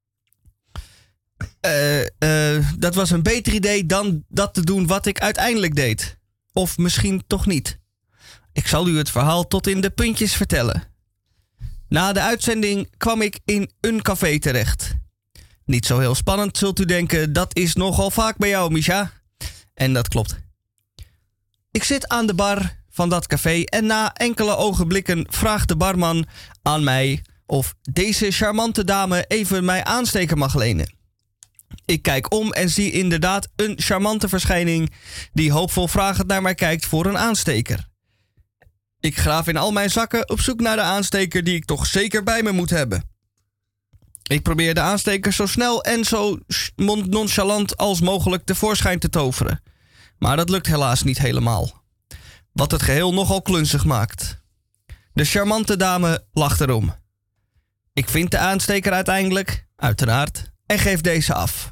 Speaker 2: Dat was een beter idee dan dat te doen wat ik uiteindelijk deed. Of misschien toch niet. Ik zal u het verhaal tot in de puntjes vertellen. Na de uitzending kwam ik in een café terecht. Niet zo heel spannend, zult u denken, dat is nogal vaak bij jou, Misha. En dat klopt. Ik zit aan de bar van dat café en na enkele ogenblikken vraagt de barman aan mij of deze charmante dame even mijn aansteker mag lenen. Ik kijk om en zie inderdaad een charmante verschijning die hoopvol vragend naar mij kijkt voor een aansteker. Ik graaf in al mijn zakken op zoek naar de aansteker die ik toch zeker bij me moet hebben. Ik probeer de aansteker zo snel en zo nonchalant als mogelijk tevoorschijn te toveren. Maar dat lukt helaas niet helemaal. Wat het geheel nogal klunzig maakt. De charmante dame lacht erom. Ik vind de aansteker uiteindelijk, uiteraard, en geef deze af.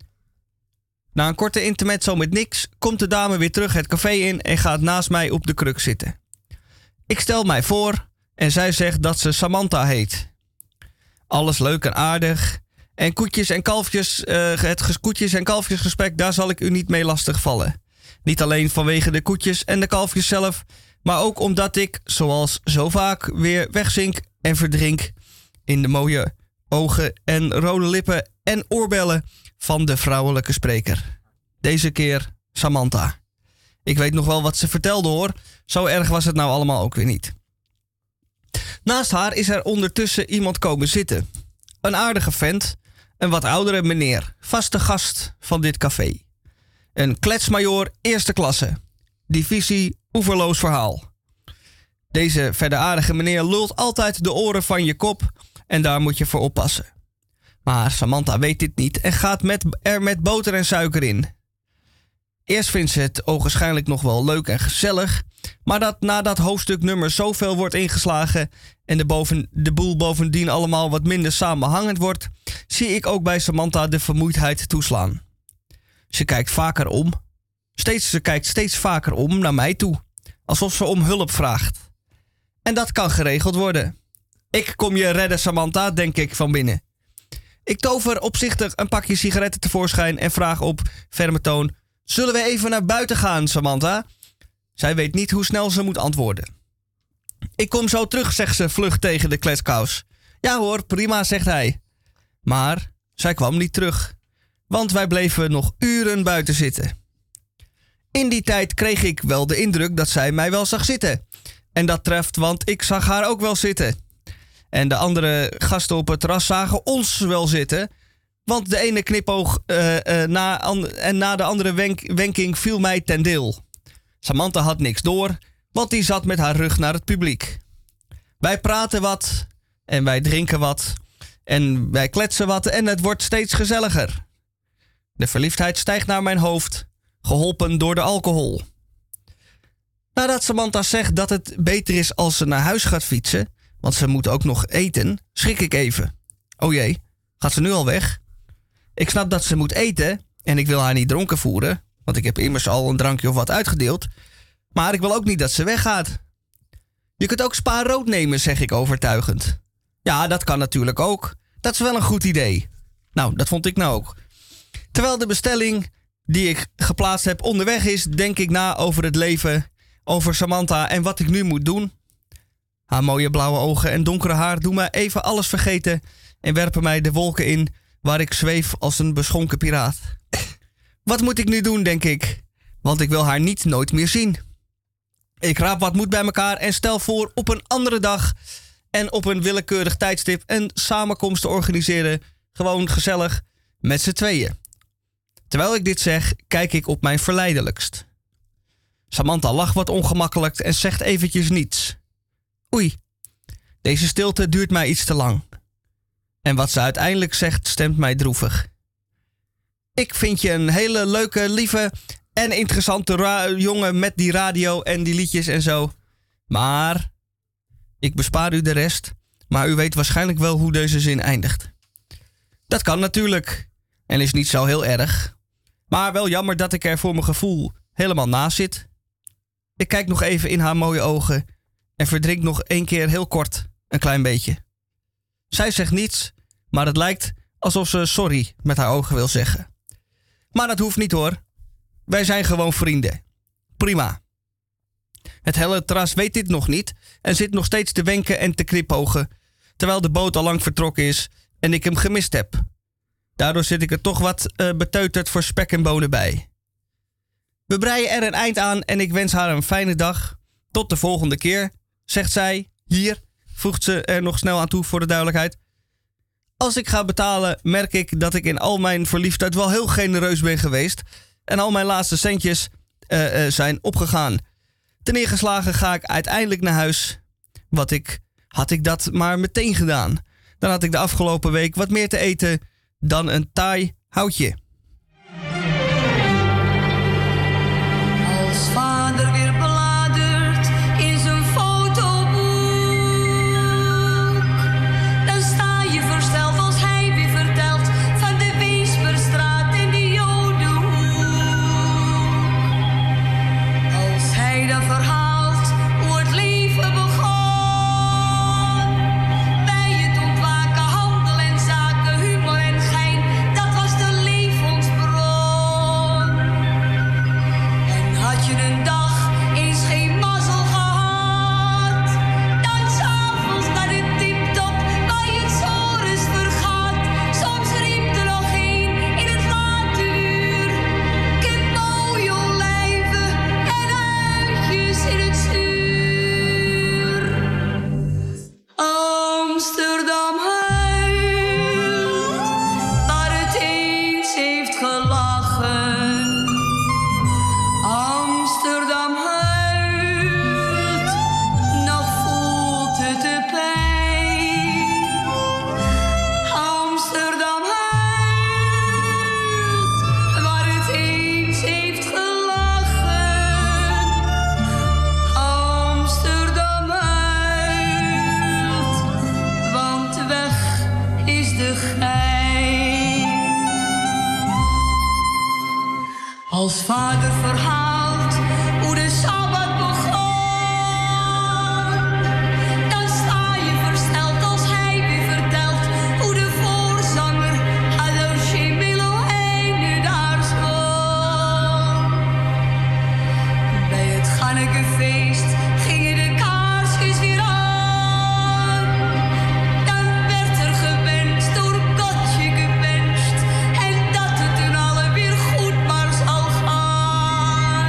Speaker 2: Na een korte intermezzo met niks komt de dame weer terug het café in en gaat naast mij op de kruk zitten. Ik stel mij voor en zij zegt dat ze Samantha heet. Alles leuk en aardig. En koetjes en kalfjes, het koetjes en kalfjesgesprek, daar zal ik u niet mee lastigvallen. Niet alleen vanwege de koetjes en de kalfjes zelf, maar ook omdat ik, zoals zo vaak, weer wegzink en verdrink in de mooie ogen en rode lippen en oorbellen van de vrouwelijke spreker. Deze keer Samantha. Ik weet nog wel wat ze vertelde hoor, zo erg was het nou allemaal ook weer niet. Naast haar is er ondertussen iemand komen zitten. Een aardige vent, een wat oudere meneer, vaste gast van dit café. Een kletsmajoor eerste klasse. Divisie oeverloos verhaal. Deze verder aardige meneer lult altijd de oren van je kop en daar moet je voor oppassen. Maar Samantha weet dit niet en gaat er met boter en suiker in. Eerst vindt ze het ogenschijnlijk nog wel leuk en gezellig, maar dat na dat hoofdstuknummer zoveel wordt ingeslagen en de boel bovendien allemaal wat minder samenhangend wordt, zie ik ook bij Samantha de vermoeidheid toeslaan. Ze kijkt vaker om. Ze kijkt steeds vaker om naar mij toe, alsof ze om hulp vraagt. En dat kan geregeld worden. Ik kom je redden, Samantha, denk ik van binnen. Ik tover opzichtig een pakje sigaretten tevoorschijn en vraag op ferme toon: zullen we even naar buiten gaan, Samantha? Zij weet niet hoe snel ze moet antwoorden. Ik kom zo terug, zegt ze vlug tegen de kletskous. Ja hoor, prima, zegt hij. Maar zij kwam niet terug, want wij bleven nog uren buiten zitten. In die tijd kreeg ik wel de indruk dat zij mij wel zag zitten. En dat treft, want ik zag haar ook wel zitten. En de andere gasten op het terras zagen ons wel zitten. Want de ene knipoog na de andere wenking viel mij ten deel. Samantha had niks door, want die zat met haar rug naar het publiek. Wij praten wat en wij drinken wat en wij kletsen wat en het wordt steeds gezelliger. De verliefdheid stijgt naar mijn hoofd, geholpen door de alcohol. Nadat Samantha zegt dat het beter is als ze naar huis gaat fietsen, want ze moet ook nog eten, schrik ik even. Oh jee, gaat ze nu al weg? Ik snap dat ze moet eten en ik wil haar niet dronken voeren, want ik heb immers al een drankje of wat uitgedeeld. Maar ik wil ook niet dat ze weggaat. Je kunt ook Spa rood nemen, zeg ik overtuigend. Ja, dat kan natuurlijk ook. Dat is wel een goed idee. Nou, dat vond ik nou ook. Terwijl de bestelling die ik geplaatst heb onderweg is, denk ik na over het leven, over Samantha en wat ik nu moet doen. Haar mooie blauwe ogen en donkere haar doen mij even alles vergeten en werpen mij de wolken in waar ik zweef als een beschonken piraat. Wat moet ik nu doen, denk ik? Want ik wil haar nooit meer zien. Ik raap wat moed bij elkaar en stel voor op een andere dag en op een willekeurig tijdstip een samenkomst te organiseren. Gewoon gezellig met z'n tweeën. Terwijl ik dit zeg, kijk ik op mijn verleidelijkst. Samantha lacht wat ongemakkelijk en zegt eventjes niets. Oei, deze stilte duurt mij iets te lang. En wat ze uiteindelijk zegt, stemt mij droevig. Ik vind je een hele leuke, lieve en interessante jongen met die radio en die liedjes en zo. Maar ik bespaar u de rest, maar u weet waarschijnlijk wel hoe deze zin eindigt. Dat kan natuurlijk en is niet zo heel erg. Maar wel jammer dat ik er voor mijn gevoel helemaal naast zit. Ik kijk nog even in haar mooie ogen en verdrink nog 1 keer heel kort een klein beetje. Zij zegt niets, maar het lijkt alsof ze sorry met haar ogen wil zeggen. Maar dat hoeft niet hoor. Wij zijn gewoon vrienden. Prima. Het hele terras weet dit nog niet en zit nog steeds te wenken en te knipogen, terwijl de boot al lang vertrokken is en ik hem gemist heb. Daardoor zit ik er toch wat beteuterd voor spek en bonen bij. We breien er een eind aan en ik wens haar een fijne dag. Tot de volgende keer, zegt zij. Hier, voegt ze er nog snel aan toe voor de duidelijkheid. Als ik ga betalen, merk ik dat ik in al mijn verliefdheid wel heel genereus ben geweest en al mijn laatste centjes zijn opgegaan. Ten neergeslagen ga ik uiteindelijk naar huis. Had ik dat maar meteen gedaan. Dan had ik de afgelopen week wat meer te eten dan een taai houtje.
Speaker 7: Als vader weer bladert in zijn fotoboek, dan sta je versteld als hij weer vertelt van de Weesperstraat en de Jodenhoek. Als hij dan verhaalt hoe het leven begon, bij het ontwaken, handel en zaken, humor en gein, dat was de levensbron. En had je een dag eens geen mazzel gehad, dan s'avonds naar de tiptop waar je het sores vergaat. Soms riep er nog een in het late uur: ik heb mooie olijven en uitjes in het zuur. Amsterdam huilt, waar het eens heeft gelachen. Amsterdam huilt, nog voelt het de pijn. Amsterdam huilt, waar het eens heeft gelachen. Amsterdam huilt, want weg is de gein. Als vader verhaalt hoe de Sabbat begon, dan sta je versteld als hij weer vertelt hoe de voorzanger Adolche Melohei nu daar stond. Bij het Gannekefeest gingen de kaarsjes weer aan. Dan werd er gewenst, door Godje gewenst, en dat het hun allen weer goed maar zal gaan.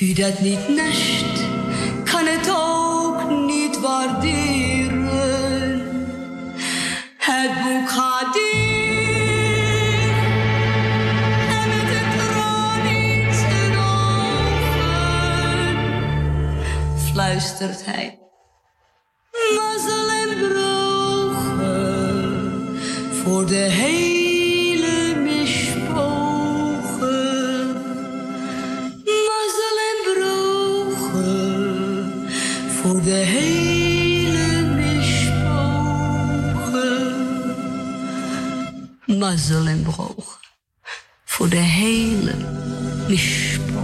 Speaker 7: Wie dat niet nest, kan het ook niet waarderen. Het boek gaat dicht en met een traan in zijn ogen fluistert hij. Mazzel en brogen voor de hele mispogen. Mazzel en brogen voor de hele mispogen. Mazzel en brogen voor de hele mispogen.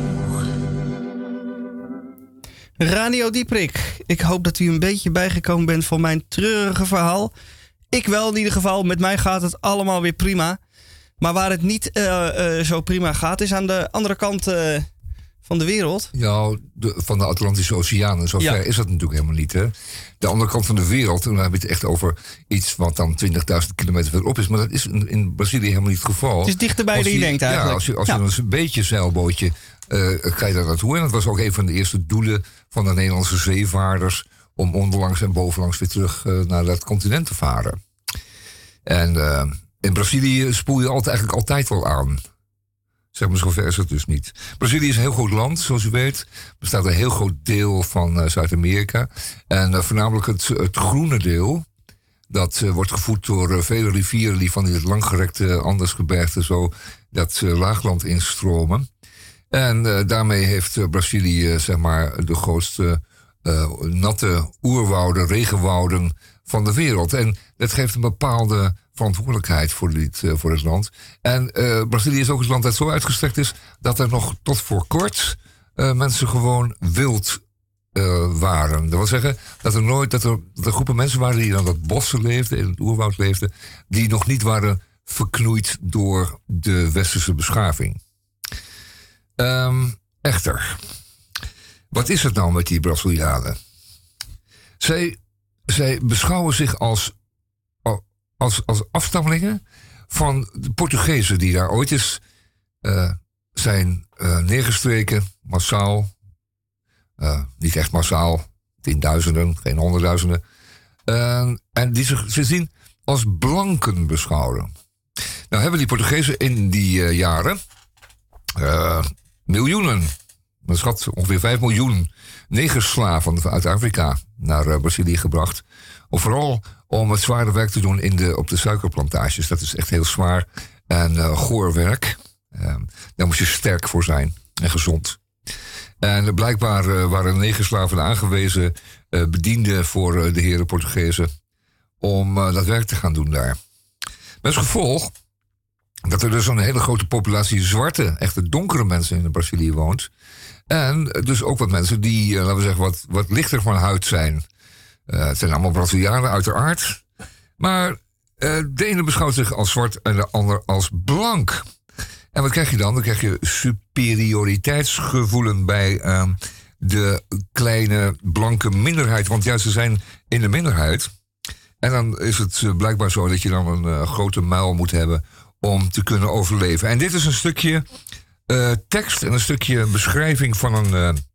Speaker 2: Radio Dieprik, ik hoop dat u een beetje bijgekomen bent van mijn treurige verhaal. Ik wel in ieder geval, met mij gaat het allemaal weer prima. Maar waar het niet zo prima gaat, is aan de andere kant van de wereld.
Speaker 3: Ja, van de Atlantische Oceaan. En zo ver is dat natuurlijk helemaal niet. Hè? De andere kant van de wereld, en dan heb je het echt over iets wat dan 20.000 kilometer verderop is. Maar dat is in Brazilië helemaal niet het geval.
Speaker 2: Het is dichterbij dan je denkt eigenlijk.
Speaker 3: Ja, als je een beetje zeilbootje ga je daar naartoe. En dat was ook een van de eerste doelen van de Nederlandse zeevaarders om onderlangs en bovenlangs weer terug naar dat continent te varen. En in Brazilië spoel je eigenlijk altijd wel aan. Zeg maar, zover is het dus niet. Brazilië is een heel groot land, zoals u weet. Bestaat een heel groot deel van Zuid-Amerika. En voornamelijk het groene deel. Dat wordt gevoed door vele rivieren die van dit langgerekte Andesgebergte zo dat laagland instromen. En daarmee heeft Brazilië zeg maar de grootste natte oerwouden, regenwouden van de wereld. En dat geeft een bepaalde verantwoordelijkheid voor dit land. En Brazilië is ook het land dat zo uitgestrekt is dat er nog tot voor kort mensen gewoon wild waren. Dat wil zeggen dat er groepen mensen waren die in dat bossen leefden, in het oerwoud leefden, die nog niet waren verknoeid door de westerse beschaving. Echter, wat is het nou met die Brazilianen? Zij beschouwen zich als afstammelingen van de Portugezen die daar ooit eens zijn neergestreken, massaal. Niet echt massaal, 10.000, geen 100.000. En die ze zien als blanken beschouwen. Nou hebben die Portugezen in die jaren miljoenen, men schat ongeveer 5 miljoen negerslaven uit Afrika naar Brazilië gebracht. Vooral om het zware werk te doen op de suikerplantages. Dat is echt heel zwaar en goor werk. Daar moest je sterk voor zijn en gezond. En blijkbaar waren negerslaven aangewezen bedienden voor de heren Portugezen om dat werk te gaan doen daar. Met als gevolg dat er dus een hele grote populatie zwarte, echte donkere mensen in Brazilië woont. En dus ook wat mensen die, laten we zeggen, wat lichter van huid zijn. Het zijn allemaal Brazilianen uiteraard. Maar de ene beschouwt zich als zwart en de ander als blank. En wat krijg je dan? Dan krijg je superioriteitsgevoelen bij de kleine blanke minderheid. Want juist ze zijn in de minderheid. En dan is het blijkbaar zo dat je dan een grote muil moet hebben om te kunnen overleven. En dit is een stukje tekst en een stukje beschrijving van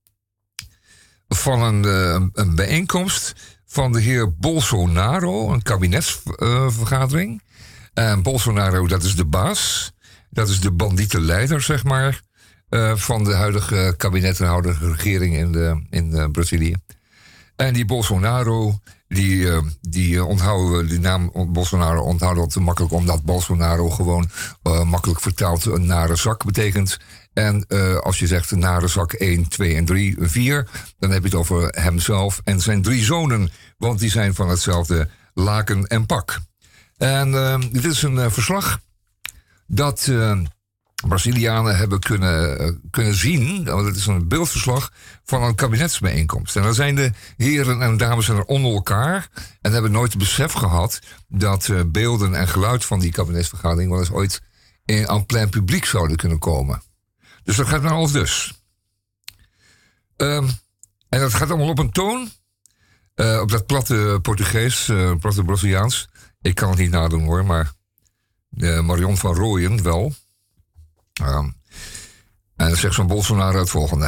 Speaker 3: een bijeenkomst van de heer Bolsonaro, een kabinetsvergadering. En Bolsonaro, dat is de baas. Dat is de bandietenleider, zeg maar, van de huidige kabinet en huidige regering in Brazilië. En die Bolsonaro, die onthouden we, die naam Bolsonaro onthouden we te makkelijk, omdat Bolsonaro gewoon makkelijk vertaald een nare zak betekent. En als je zegt een nare zak 1, 2 en 3, 4, dan heb je het over hemzelf en zijn 3 zonen, want die zijn van hetzelfde laken en pak. En dit is een verslag dat Brazilianen hebben kunnen zien. Het is een beeldverslag van een kabinetsbijeenkomst. En dan zijn de heren en dames er onder elkaar en hebben nooit het besef gehad dat beelden en geluid van die kabinetsvergadering wel eens ooit aan plein publiek zouden kunnen komen. Dus dat gaat nou als dus. En dat gaat allemaal op een toon. Op dat platte Portugees, platte Braziliaans. Ik kan het niet nadoen hoor, maar Marion van Rooyen wel. En dan zegt zo'n Bolsonaro het volgende.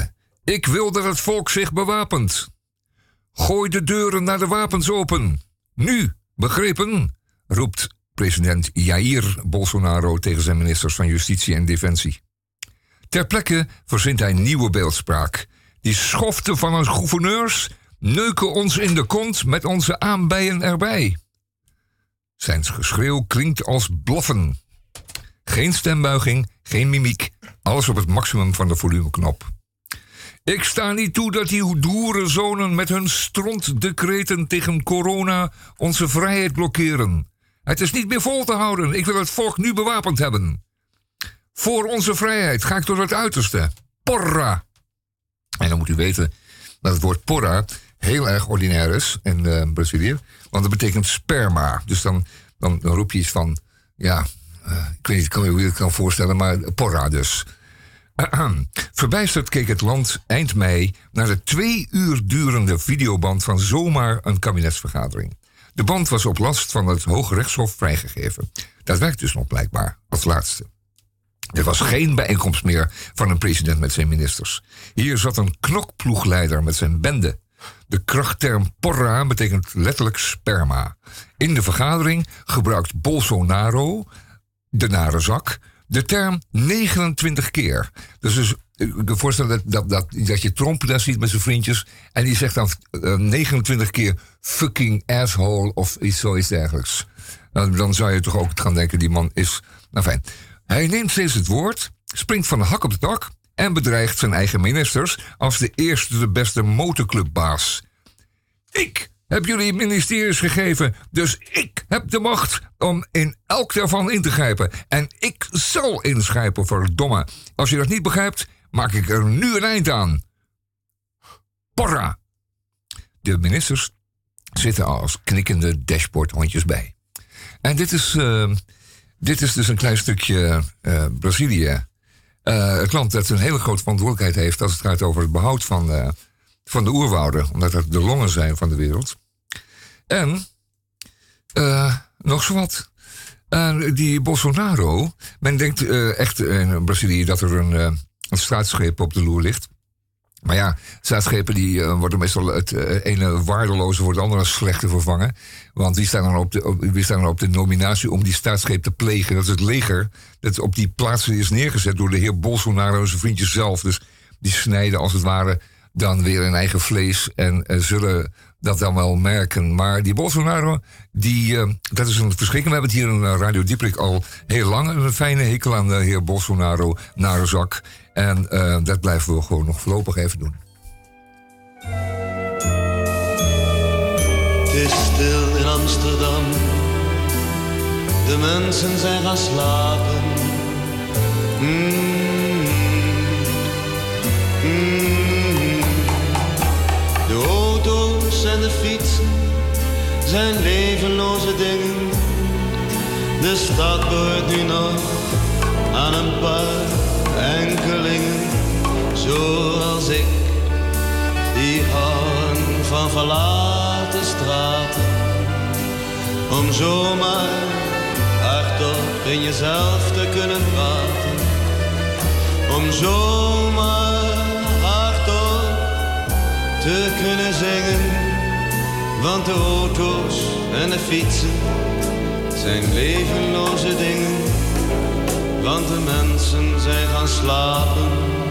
Speaker 3: Ik wil dat het volk zich bewapent. Gooi de deuren naar de wapens open. Nu, begrepen? Roept president Jair Bolsonaro tegen zijn ministers van Justitie en Defensie. Ter plekke verzint hij nieuwe beeldspraak. Die schoften van ons gouverneurs neuken ons in de kont met onze aanbijen erbij. Zijn geschreeuw klinkt als blaffen. Geen stembuiging, geen mimiek. Alles op het maximum van de volumeknop. Ik sta niet toe dat die boerenzonen met hun strontdecreten tegen corona onze vrijheid blokkeren. Het is niet meer vol te houden. Ik wil het volk nu bewapend hebben. Voor onze vrijheid ga ik tot het uiterste. Porra! En dan moet u weten dat het woord porra heel erg ordinair is in Brazilië. Want dat betekent sperma. Dus dan roep je iets van, ja, ik weet niet hoe je het kan voorstellen, maar porra dus. Verbijsterd keek het land eind mei naar de 2 uur durende videoband van zomaar een kabinetsvergadering. De band was op last van het Hoge Rechtshof vrijgegeven. Dat werkt dus nog blijkbaar als laatste. Er was geen bijeenkomst meer van een president met zijn ministers. Hier zat een knokploegleider met zijn bende. De krachtterm porra betekent letterlijk sperma. In de vergadering gebruikt Bolsonaro, de nare zak, de term 29 keer. Dus ik kan voorstellen dat je Trump daar ziet met zijn vriendjes en die zegt dan 29 keer fucking asshole of iets zoiets dergelijks. Dan zou je toch ook gaan denken, die man is... Nou fijn. Hij neemt steeds het woord, springt van de hak op de tak en bedreigt zijn eigen ministers als de eerste de beste motorclubbaas. Ik heb jullie ministeries gegeven, dus ik heb de macht om in elk daarvan in te grijpen. En ik zal ingrijpen, verdomme. Als je dat niet begrijpt, maak ik er nu een eind aan. Porra! De ministers zitten als knikkende dashboardhondjes bij. En dit is dus een klein stukje Brazilië. Het land dat een hele grote verantwoordelijkheid heeft als het gaat over het behoud van de oerwouden. Omdat dat de longen zijn van de wereld. En nog zo wat. Die Bolsonaro, men denkt echt in Brazilië dat er een staatsgreep op de loer ligt. Maar ja, staatsgrepen die worden meestal het ene waardeloze voor het andere slechte vervangen. Want wie staan er op de nominatie om die staatsgreep te plegen? Dat is het leger dat op die plaatsen is neergezet door de heer Bolsonaro en zijn vriendjes zelf. Dus die snijden als het ware dan weer hun eigen vlees en zullen dat dan wel merken. Maar die Bolsonaro, dat is een verschrikking. We hebben het hier in Radio Dieprik al heel lang. Een fijne hekel aan de heer Bolsonaro, nare zak. En dat blijven we gewoon nog voorlopig even doen.
Speaker 5: Het is stil in Amsterdam. De mensen zijn gaan slapen. De auto's en de fietsen zijn levenloze dingen. De stad behoort nu nog aan een paar enkelingen, zoals ik, die houden van verlaten straten. Om zomaar hardop in jezelf te kunnen praten. Om zomaar hardop te kunnen zingen. Want de auto's en de fietsen zijn levenloze dingen. Want de mensen zijn gaan slapen.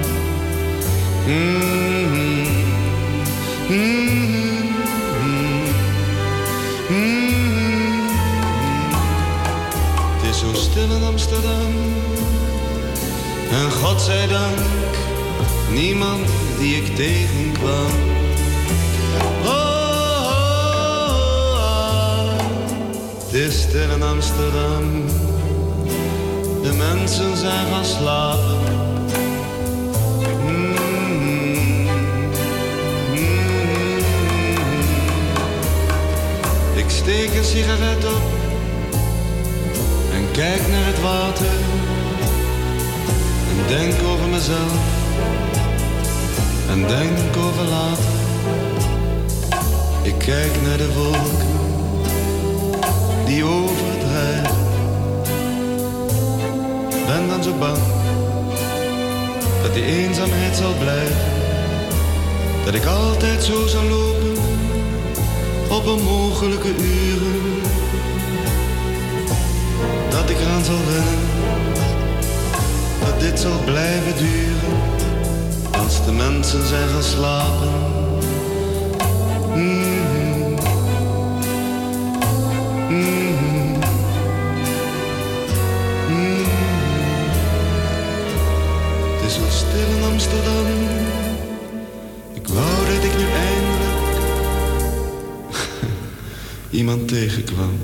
Speaker 5: Het is zo stil in Amsterdam. En godzijdank niemand die ik tegenkwam. Het is stil in Amsterdam. De mensen zijn gaan slapen. Ik steek een sigaret op en kijk naar het water en denk over mezelf en denk over later. Ik kijk naar de wolken die overdrijven. Ben dan zo bang dat die eenzaamheid zal blijven.
Speaker 8: dat ik altijd zo zal lopen op onmogelijke uren. Dat ik eraan zal wennen, dat dit zal blijven duren, als de mensen zijn gaan slapen. Het is zo stil in Amsterdam, ik wou dat ik nu eindelijk iemand tegenkwam.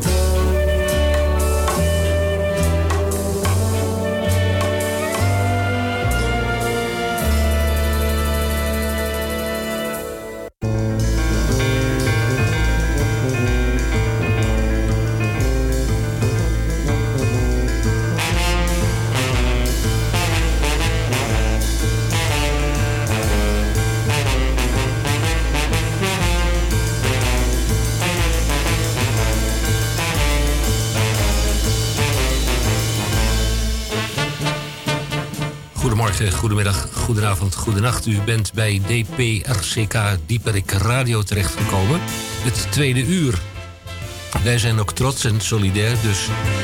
Speaker 1: Goedemiddag, goedenavond, goedenacht. U bent bij DPRCK Dieperik Radio terechtgekomen. Het tweede uur. Wij zijn ook trots en solidair, dus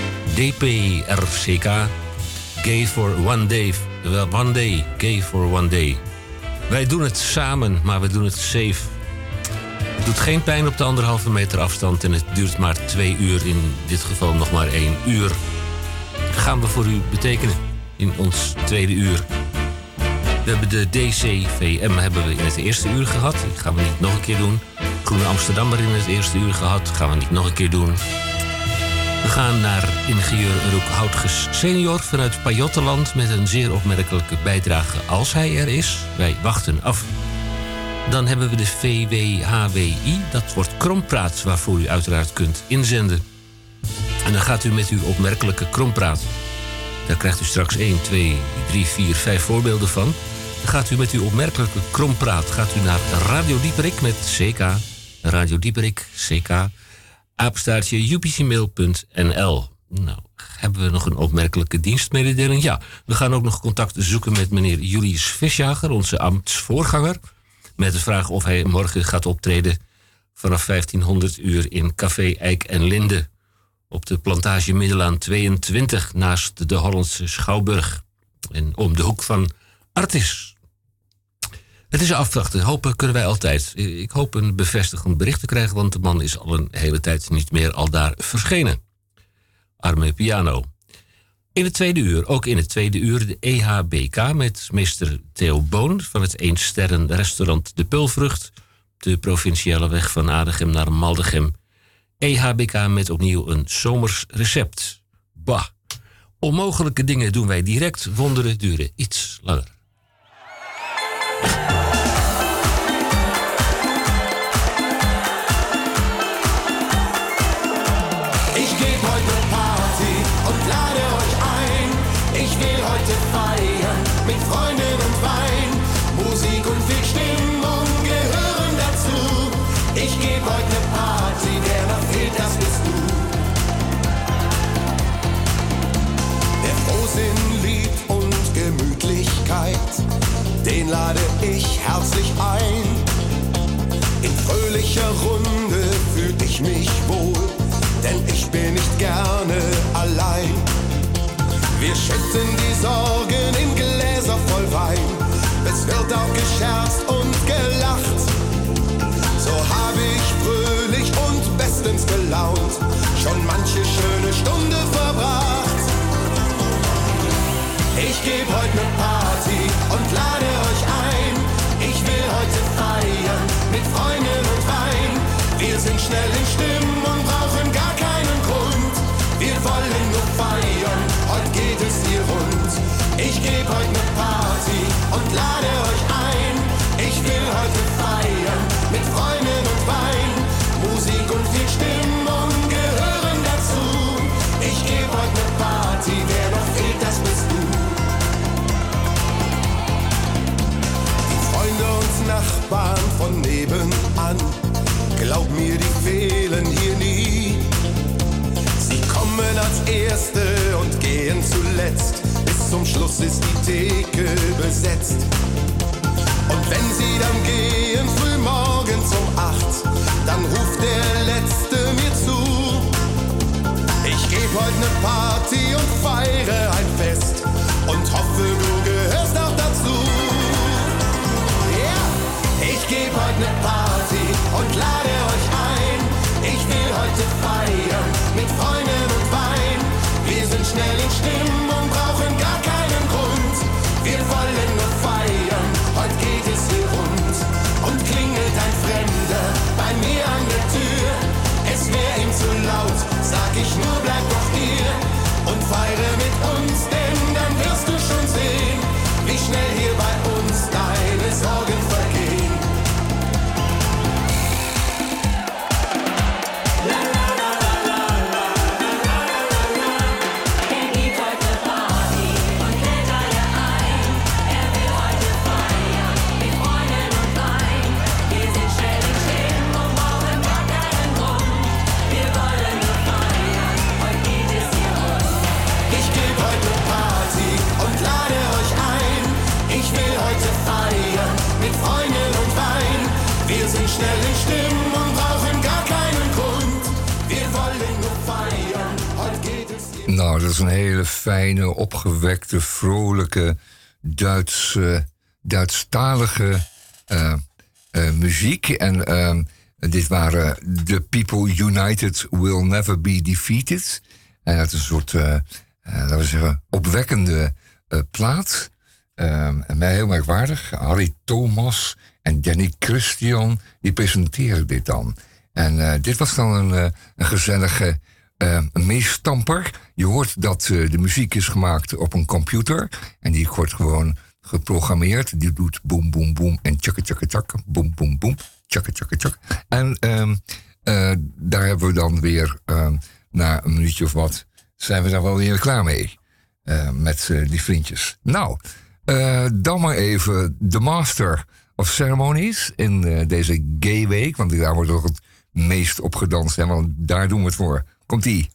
Speaker 1: DPRCK Gay for One Day. One Day, Gay for One Day. Wij doen het samen, maar we doen het safe. Het doet geen pijn op de 1,5 meter afstand en het duurt maar 2 uur. In dit geval nog maar 1 uur. Gaan we voor u betekenen in ons tweede uur. We hebben de DCVM hebben we in het eerste uur gehad. Die gaan we niet nog een keer doen. Groene Amsterdammer in het eerste uur gehad. Gaan we niet nog een keer doen. We gaan naar ingenieur Roek Houtges senior vanuit Pajottenland met een zeer opmerkelijke bijdrage als hij er is. Wij wachten af. Dan hebben we de VWHWI. Dat wordt krompraat waarvoor u uiteraard kunt inzenden. En dan gaat u met uw opmerkelijke krompraat. Daar krijgt u straks 1, 2, 3, 4, 5 voorbeelden van. Dan gaat u met uw opmerkelijke krompraat gaat u naar Radio Dieperik met CK. Radio Dieperik, CK. Apenstaartje upcmail.nl. Nou, hebben we nog een opmerkelijke dienstmededeling? Ja, we gaan ook nog contact zoeken met meneer Julius Visjager, onze ambtsvoorganger. Met de vraag of hij morgen gaat optreden vanaf 1500 uur in Café Eik en Linde. Op de Plantage Middelaan 22 naast de Hollandse Schouwburg. En om de hoek van Artis. Het is afwachten. Hopen kunnen wij altijd. Ik hoop een bevestigend bericht te krijgen, want de man is al een hele tijd niet meer aldaar verschenen. Arme piano. In het tweede uur, ook in het tweede uur, de EHBK met meester Theo Boon van het 1-sterren restaurant De Pulvrucht. De provinciale weg van Adegem naar Maldegem. EHBK met opnieuw een zomers recept. Bah. Onmogelijke dingen doen wij direct, wonderen duren iets langer.
Speaker 9: Ich geb heute Party und lade euch ein. Ich will heute feiern mit Freunden und Wein. Musik und viel Stimmung gehören dazu. Ich geb heute Party, wer noch fehlt, das bist du. Der Frohsinn, Lied und Gemütlichkeit, den lade ich herzlich ein. In fröhlicher Runde fühl ich mich wohl, denn ich bin nicht gerne allein. Wir schütten die Sorgen in Gläser voll Wein. Es wird auch gescherzt und gelacht. So habe ich fröhlich und bestens gelaunt schon manche schöne Stunde verbracht. Ich geb heute ne Party und lade euch ein. Ich will heute feiern mit Freunden und Wein. Wir sind schnell in Stimmung und brauchen gar keinen Grund. Wir wollen nur feiern, heute geht es hier rund. Ich geb heute ne Party und lade euch ein. Ich will heute feiern mit Freunden und Wein. Musik und viel Stimmung gehören dazu. Ich geb heute ne Party, wer noch fehlt, das bist du. Die Freunde und Nachbarn von nebenan, glaub mir, die fehlen hier nie. Sie kommen als Erste und gehen zuletzt. Bis zum Schluss ist die Theke besetzt. Und wenn sie dann gehen, will heute feiern mit Freunden und Wein. Wir sind schnell in Stimmung und brauchen gar keinen Grund. Wir wollen nur feiern, heute geht es...
Speaker 3: Nou, dat is een hele fijne, opgewekte, vrolijke, Duitsstalige muziek. En dit waren The People United Will Never Be Defeated. En dat is een soort, laten we zeggen, opwekkende plaat. Heel merkwaardig. Harry Thomas en Danny Christian, die presenteren dit dan. En dit was dan een gezellige meestamper. Je hoort dat de muziek is gemaakt op een computer. En die wordt gewoon geprogrammeerd. Die doet boem, boem, boem en tjakke, tjakke, tjak. Boem, boem, boem, tjakke, tjakke, tjak. En daar hebben we dan weer, na een minuutje of wat, zijn we daar wel weer klaar mee. Met die vriendjes. Nou, dan maar even de Master of Ceremonies in deze Gay Week. Want daar wordt toch het meest op gedanst. Hè, want daar doen we het voor. Komt-ie.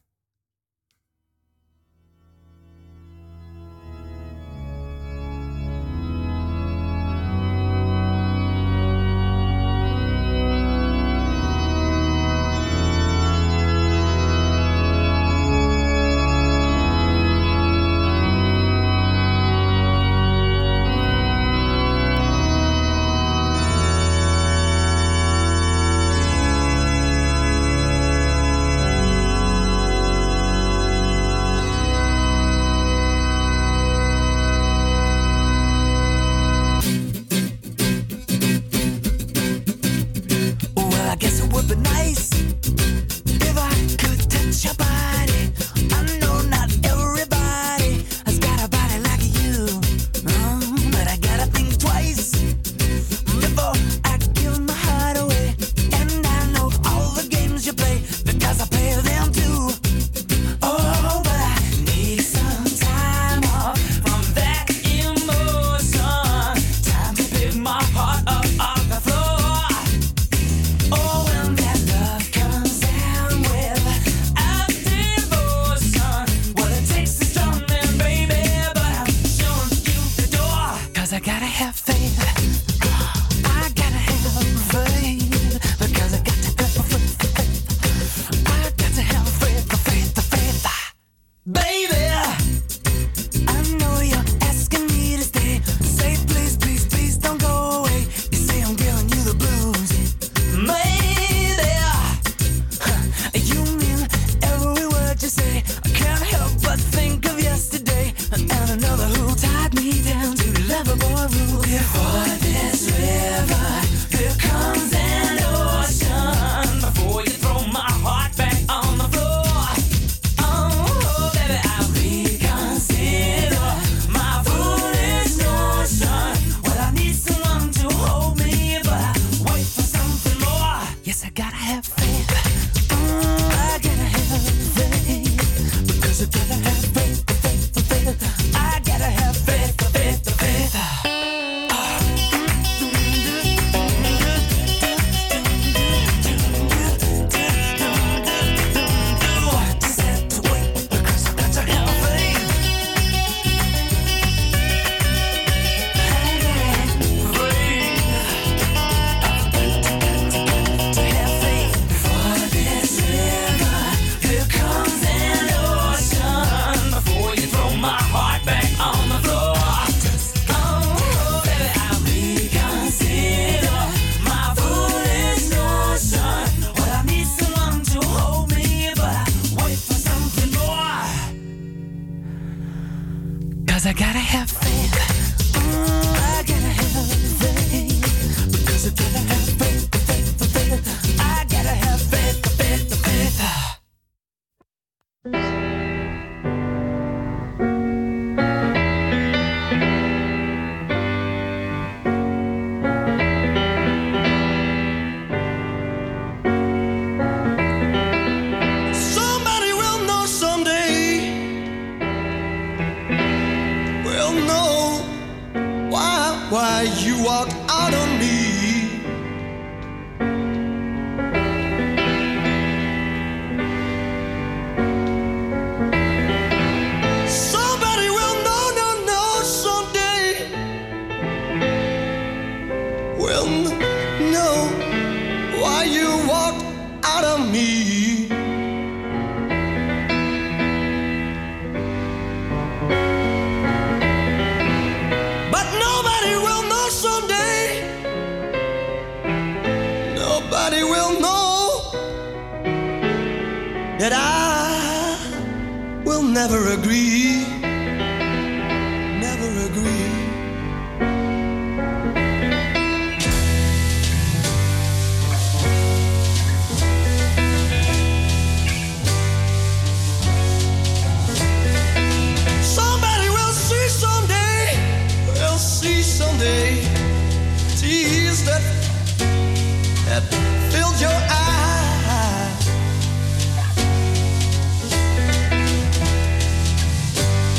Speaker 5: know why you walked out of me. But nobody will know someday. Nobody will know that I will never agree. Never agree. Someday, tears that filled your eyes.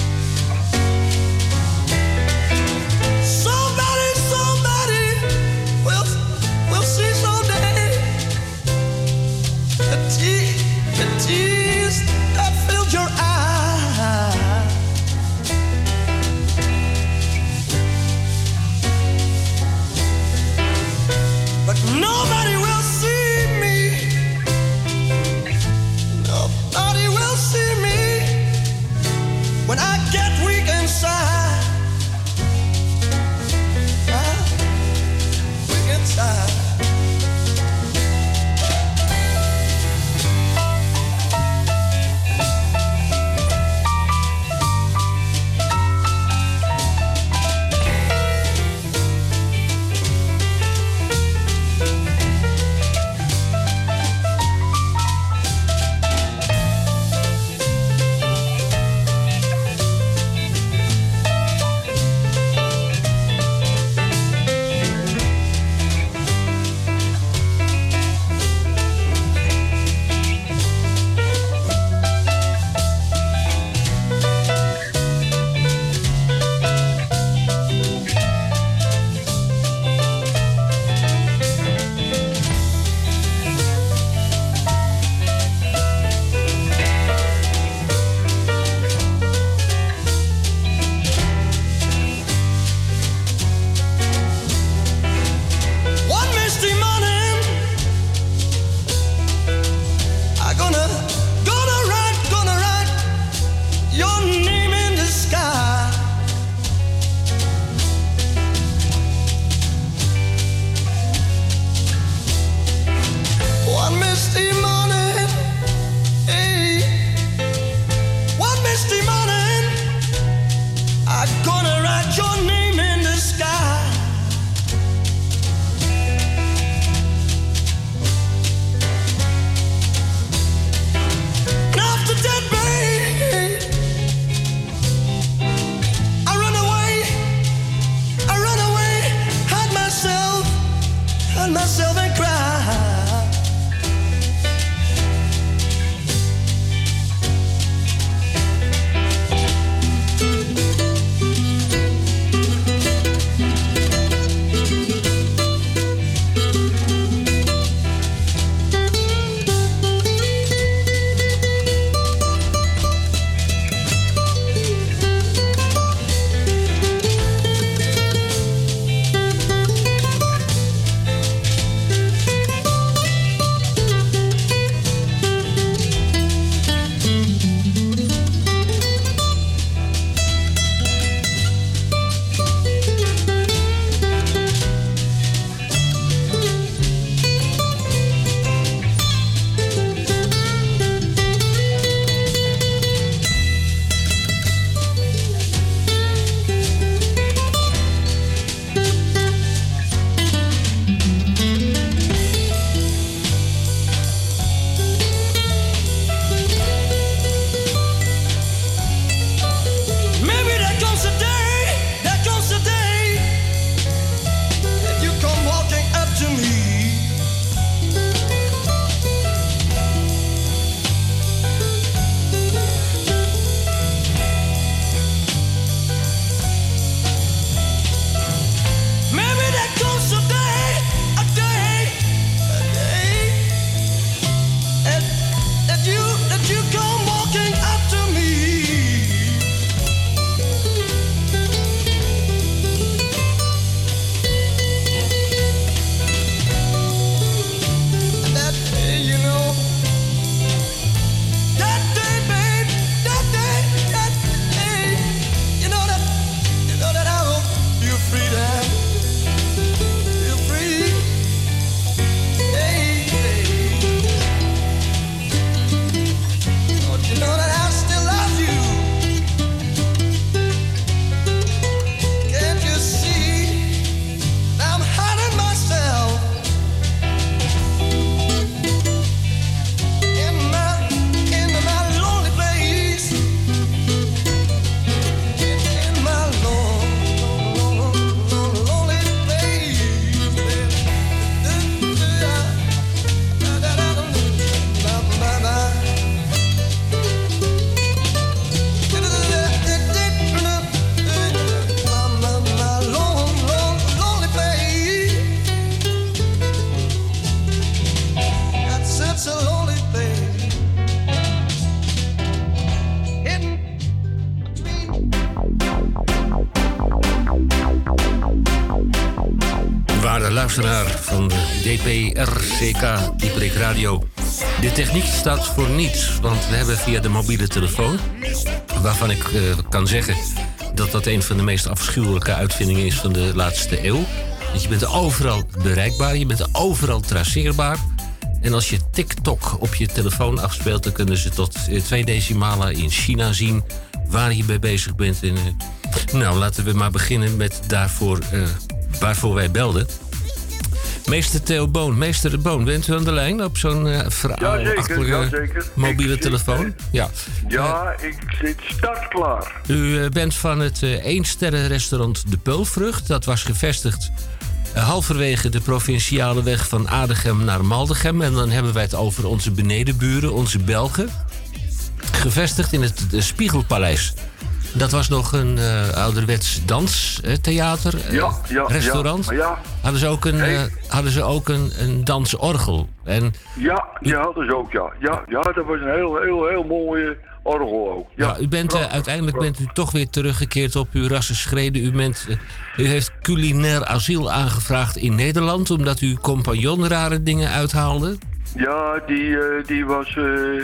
Speaker 1: Waarde luisteraar van de DPRCK, Dieprik Radio. De techniek staat voor niets, want we hebben via de mobiele telefoon... waarvan ik kan zeggen dat dat een van de meest afschuwelijke uitvindingen is van de laatste eeuw. Want je bent overal bereikbaar, je bent overal traceerbaar. En als je TikTok op je telefoon afspeelt... dan kunnen ze tot 2 decimalen in China zien waar je mee bezig bent. En, nou, laten we maar beginnen met waarvoor wij belden. Meester Theo Boon. Meester de Boon, bent u aan de lijn op zo'n verhaalachtige mobiele telefoon? Ja,
Speaker 10: ik zit startklaar.
Speaker 1: U bent van het 1-sterrenrestaurant De Peulvrucht. Dat was gevestigd halverwege de provinciale weg van Adegem naar Maldegem. En dan hebben wij het over onze benedenburen, onze Belgen. Gevestigd in het Spiegelpaleis. Dat was nog een ouderwets danstheater, restaurant.
Speaker 10: Ja.
Speaker 1: Hadden ze ook een dansorgel? En
Speaker 10: ja, die hadden ze ook, ja. Ja, dat was een heel mooie orgel ook. Ja,
Speaker 1: u bent uiteindelijk bent u toch weer teruggekeerd op uw rassenschreden. U heeft culinair asiel aangevraagd in Nederland... omdat uw compagnon rare dingen uithaalde?
Speaker 10: Ja, die was...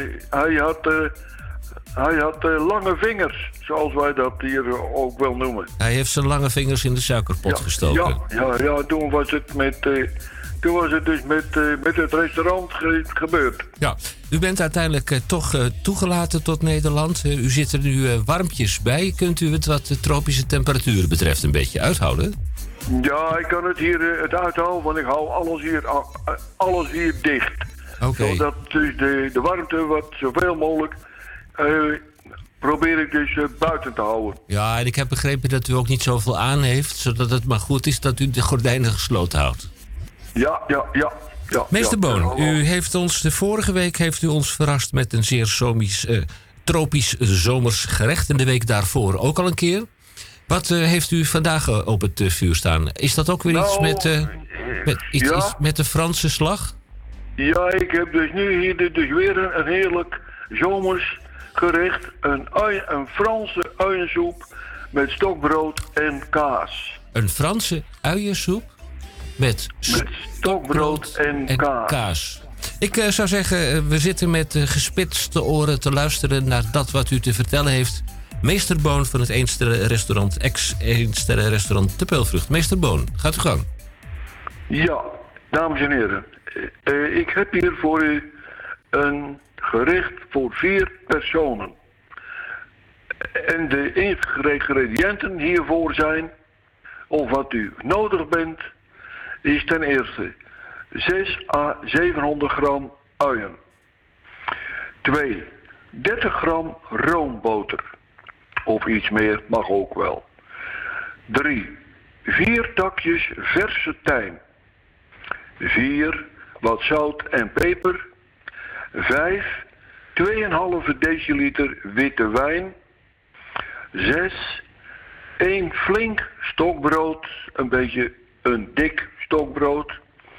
Speaker 10: Hij had lange vingers, zoals wij dat hier ook wel noemen.
Speaker 1: Hij heeft zijn lange vingers in de suikerpot gestoken.
Speaker 10: Ja, toen was het dus met het restaurant gebeurd.
Speaker 1: Ja, u bent uiteindelijk toch toegelaten tot Nederland. U zit er nu warmpjes bij. Kunt u het wat de tropische temperaturen betreft een beetje uithouden?
Speaker 10: Ja, ik kan het hier het uithouden, want ik hou alles hier dicht.
Speaker 1: Okay.
Speaker 10: Zodat dus de warmte wat zoveel mogelijk... probeer ik dus buiten te houden.
Speaker 1: Ja, en ik heb begrepen dat u ook niet zoveel aan heeft... zodat het maar goed is dat u de gordijnen gesloten houdt.
Speaker 10: Ja.
Speaker 1: Meester Boon, u heeft ons de vorige week verrast... met een zeer tropisch zomers gerecht. En de week daarvoor ook al een keer. Wat heeft u vandaag op het vuur staan? Is dat ook weer iets iets met de Franse slag?
Speaker 10: Ja, ik heb dus nu hier dus weer een heerlijk... zomers gerecht, een Franse uiensoep met stokbrood en kaas.
Speaker 1: Een Franse uiensoep met
Speaker 10: stokbrood en kaas.
Speaker 1: Ik zou zeggen, we zitten met gespitste oren te luisteren naar dat wat u te vertellen heeft. Meester Boon van het 1-sterrenrestaurant, ex-1-sterrenrestaurant De Peulvrucht. Meester Boon, gaat u gang.
Speaker 10: Ja, dames en heren. Ik heb hier voor u een gerecht voor 4 personen. En de ingrediënten hiervoor zijn, of wat u nodig bent, is ten eerste 6 à 700 gram uien. 2, 30 gram roomboter. Of iets meer, mag ook wel. 3, 4 takjes verse tijm. 4, wat zout en peper. 5, 2,5 deciliter witte wijn. 6, 1 flink stokbrood, een beetje een dik stokbrood.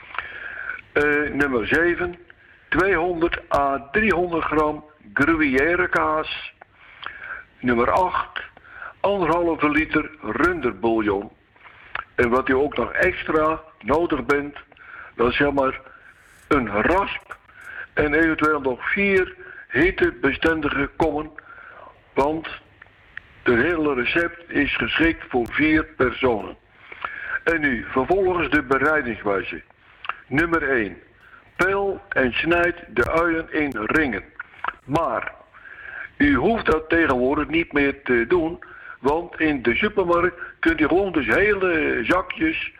Speaker 10: Nummer 7, 200 à 300 gram Gruyère kaas. Nummer 8, 1,5 liter runderbouillon. En wat u ook nog extra nodig bent, dat is zeg maar een rasp. En eventueel nog 4 hittebestendige kommen. Want het hele recept is geschikt voor 4 personen. En nu vervolgens de bereidingswijze. Nummer 1. Pel en snijd de uien in ringen. Maar u hoeft dat tegenwoordig niet meer te doen. Want in de supermarkt kunt u gewoon dus hele zakjes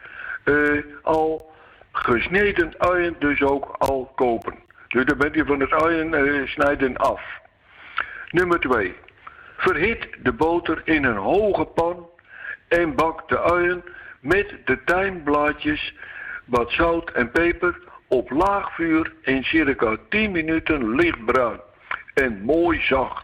Speaker 10: al gesneden uien dus ook al kopen. Dus dan bent u van het uien snijden af. Nummer 2. Verhit de boter in een hoge pan en bak de uien met de tijmblaadjes, wat zout en peper op laag vuur in circa 10 minuten lichtbruin en mooi zacht.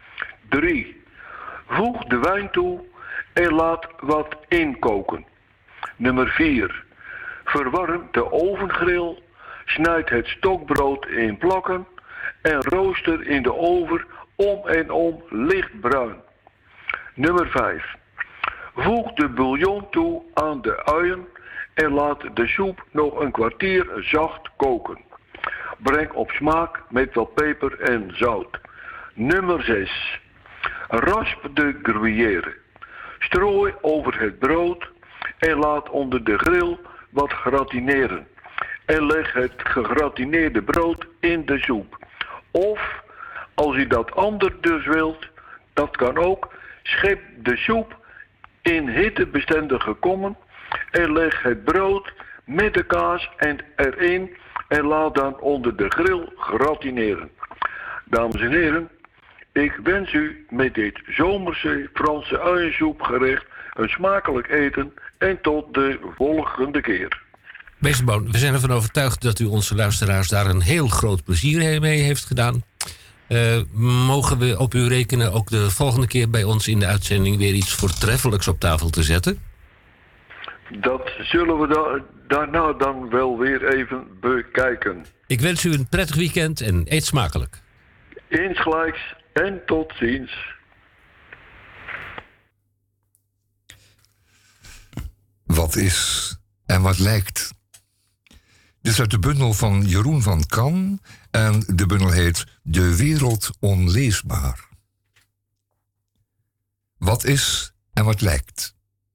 Speaker 10: 3. Voeg de wijn toe en laat wat inkoken. Nummer 4. Verwarm de ovengrill, snijd het stokbrood in plakken en rooster in de oven om en om lichtbruin. Nummer 5. Voeg de bouillon toe aan de uien en laat de soep nog een kwartier zacht koken. Breng op smaak met wat peper en zout. Nummer 6. Rasp de gruyère. Strooi over het brood en laat onder de grill wat gratineren. En leg het gegratineerde brood in de soep. Of, als u dat anders dus wilt, dat kan ook, schep de soep in hittebestendige kommen en leg het brood met de kaas erin en laat dan onder de grill gratineren. Dames en heren, ik wens u met dit zomerse Franse uiensoepgerecht een smakelijk eten en tot de volgende keer.
Speaker 1: Meester Boon, we zijn ervan overtuigd dat u onze luisteraars daar een heel groot plezier mee heeft gedaan. Mogen we op u rekenen ook de volgende keer bij ons in de uitzending weer iets voortreffelijks op tafel te zetten?
Speaker 10: Dat zullen we daarna dan wel weer even bekijken.
Speaker 1: Ik wens u een prettig weekend en eet smakelijk.
Speaker 10: Insgelijks en tot ziens.
Speaker 3: Wat is en wat lijkt? Dit is uit de bundel van Jeroen van Kan en de bundel heet De Wereld Onleesbaar. Wat is en wat lijkt?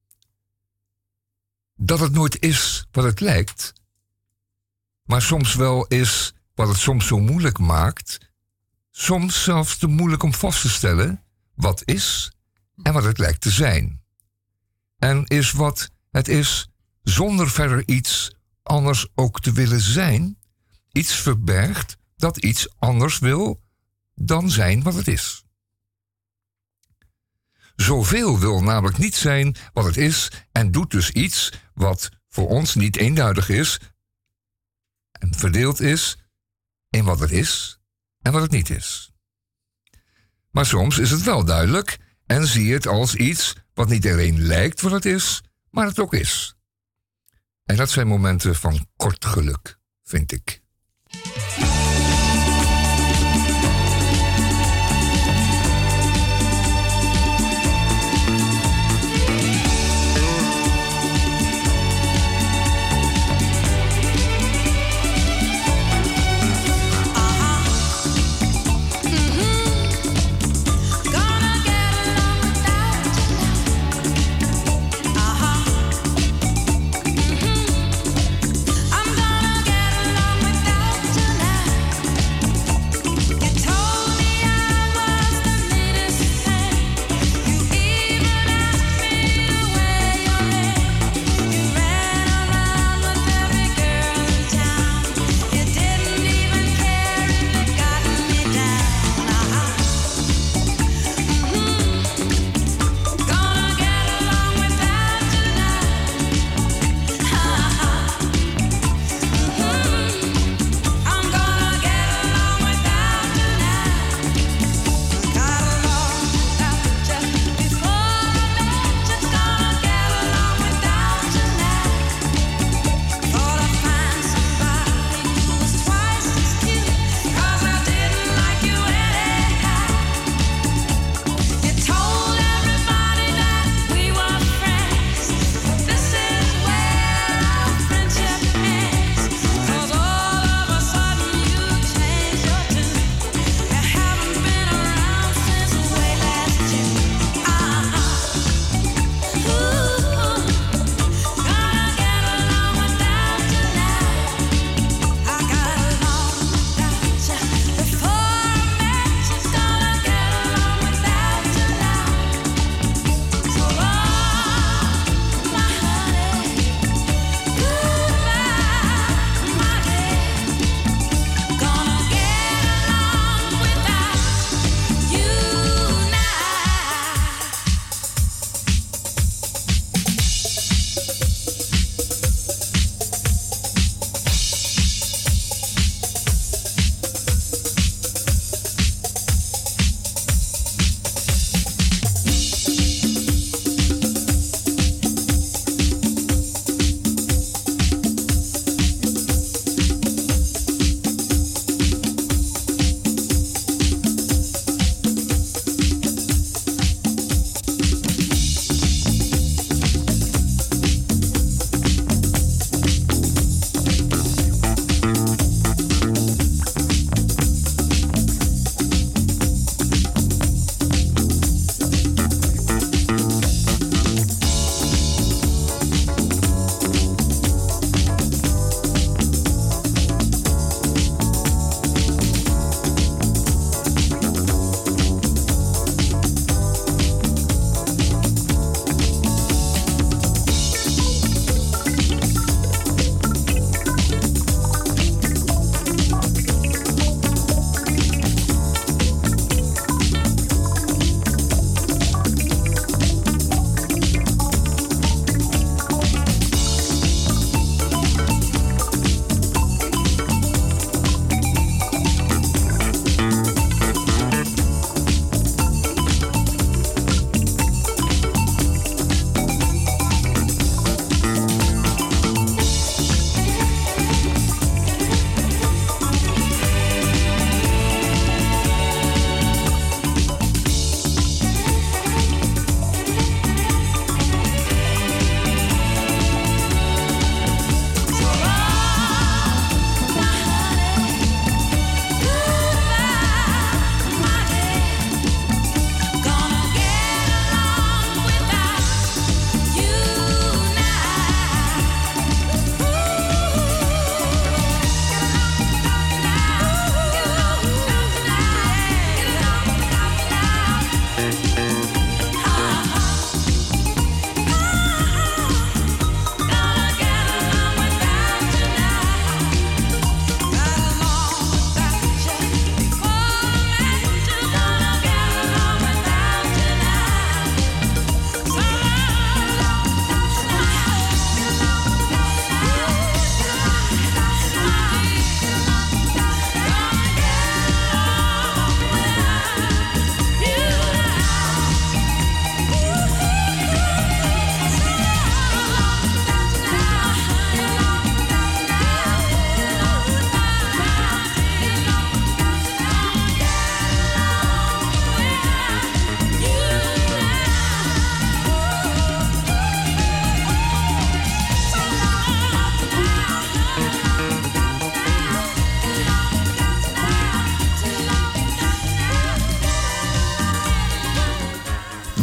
Speaker 3: Dat het nooit is wat het lijkt, maar soms wel is wat het soms zo moeilijk maakt, soms zelfs te moeilijk om vast te stellen wat is en wat het lijkt te zijn. En is wat het is zonder verder iets anders ook te willen zijn, iets verbergt dat iets anders wil dan zijn wat het is. Zoveel wil namelijk niet zijn wat het is en doet dus iets wat voor ons niet eenduidig is en verdeeld is in wat het is en wat het niet is. Maar soms is het wel duidelijk en zie je het als iets wat niet alleen lijkt wat het is, maar het ook is. En dat zijn momenten van kort geluk, vind ik.
Speaker 7: I'm gonna get along without tonight.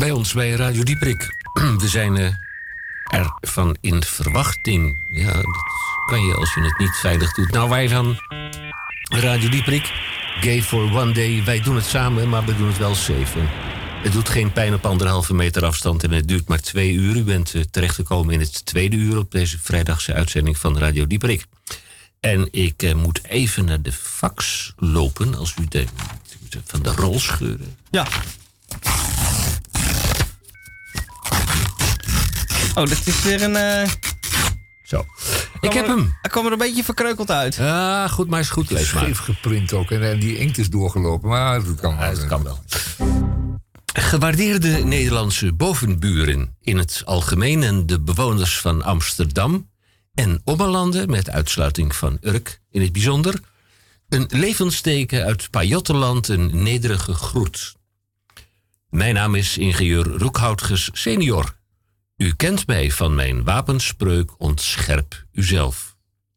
Speaker 1: Bij ons, bij Radio Dieprik. We zijn ervan in verwachting. Ja, dat kan je als je het niet veilig doet. Nou, wij van Radio Dieprik, Gay for One Day, wij doen het samen, maar we doen het wel safe. Het doet geen pijn op 1,5 meter afstand en het duurt maar 2 uur. U bent terechtgekomen in het 2e uur op deze vrijdagse uitzending van Radio Dieprik. En ik moet even naar de fax lopen, als u van de rol scheuren.
Speaker 2: Ja. Oh, dit is weer een...
Speaker 1: Zo. Ik heb hem.
Speaker 2: Hij kwam er een beetje verkreukeld uit.
Speaker 1: Ja, goed, maar is goed. Lees maar.
Speaker 3: Scheef geprint ook. En die inkt is doorgelopen. Maar dat kan wel.
Speaker 1: Ja, dat kan wel. Gewaardeerde Nederlandse bovenburen in het algemeen en de bewoners van Amsterdam en Ommelanden, met uitsluiting van Urk in het bijzonder, een levensteken uit Pajottenland, een nederige groet. Mijn naam is ingenieur Roekhoutges senior. U kent mij van mijn wapenspreuk ontscherp uzelf.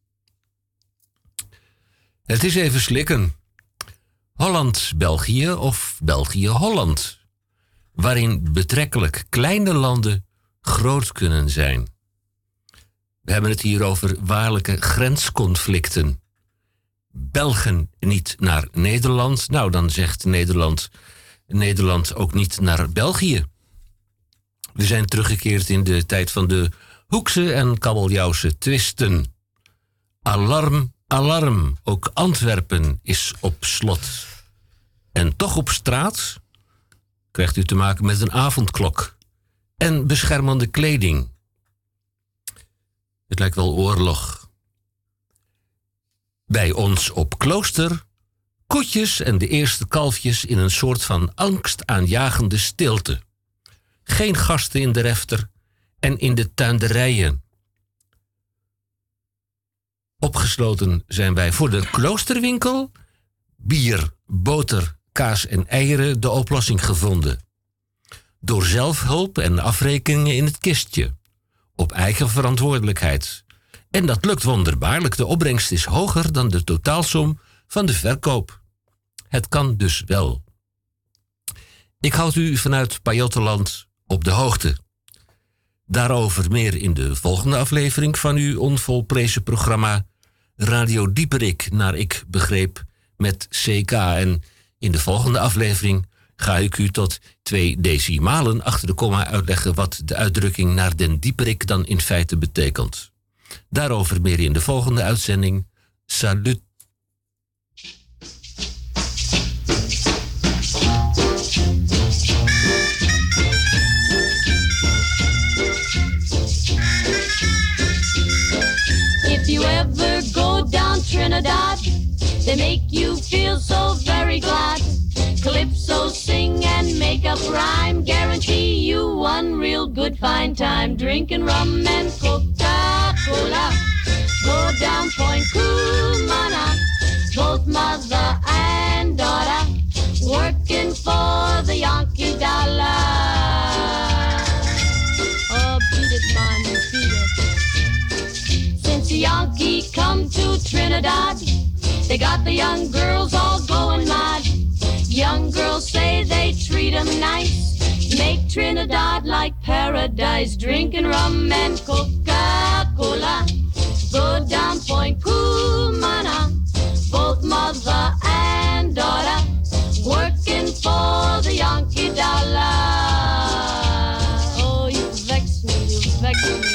Speaker 1: Het is even slikken. Holland-België of België-Holland, waarin betrekkelijk kleine landen groot kunnen zijn. We hebben het hier over waarlijke grensconflicten. Belgen niet naar Nederland, nou dan zegt Nederland ook niet naar België. We zijn teruggekeerd in de tijd van de Hoekse en Kabeljauwse twisten. Alarm, alarm, ook Antwerpen is op slot. En toch op straat krijgt u te maken met een avondklok en beschermende kleding. Het lijkt wel oorlog. Bij ons op klooster, koetjes en de eerste kalfjes in een soort van angstaanjagende stilte. Geen gasten in de refter en in de tuinderijen. Opgesloten zijn wij voor de kloosterwinkel. Bier, boter, kaas en eieren de oplossing gevonden. Door zelfhulp en afrekeningen in het kistje. Op eigen verantwoordelijkheid. En dat lukt wonderbaarlijk. De opbrengst is hoger dan de totaalsom van de verkoop. Het kan dus wel. Ik houd u vanuit Pajottenland op de hoogte. Daarover meer in de volgende aflevering van uw onvolprezen programma Radio Dieperik, naar ik begreep, met CK. En in de volgende aflevering ga ik u tot 2 decimalen achter de komma uitleggen wat de uitdrukking naar den Dieperik dan in feite betekent. Daarover meer in de volgende uitzending. Salut.
Speaker 7: If you ever go down Trinidad, they make you feel so very glad. Calypso sing and make up rhyme, guarantee you one real good fine time. Drinking rum and Coca-Cola, go down Point Cumana, both mother and daughter, working for the Yankee dollar. Oh, beat it, man, beat it. Since the Yankee come to Trinidad, they got the young girls all going mad. Young girls say they treat them nice, make Trinidad like paradise. Drinking rum and Coca-Cola, go down Point Cumana, both mother and daughter, working for the Yankee dollar. Oh, you vex me, you vex me.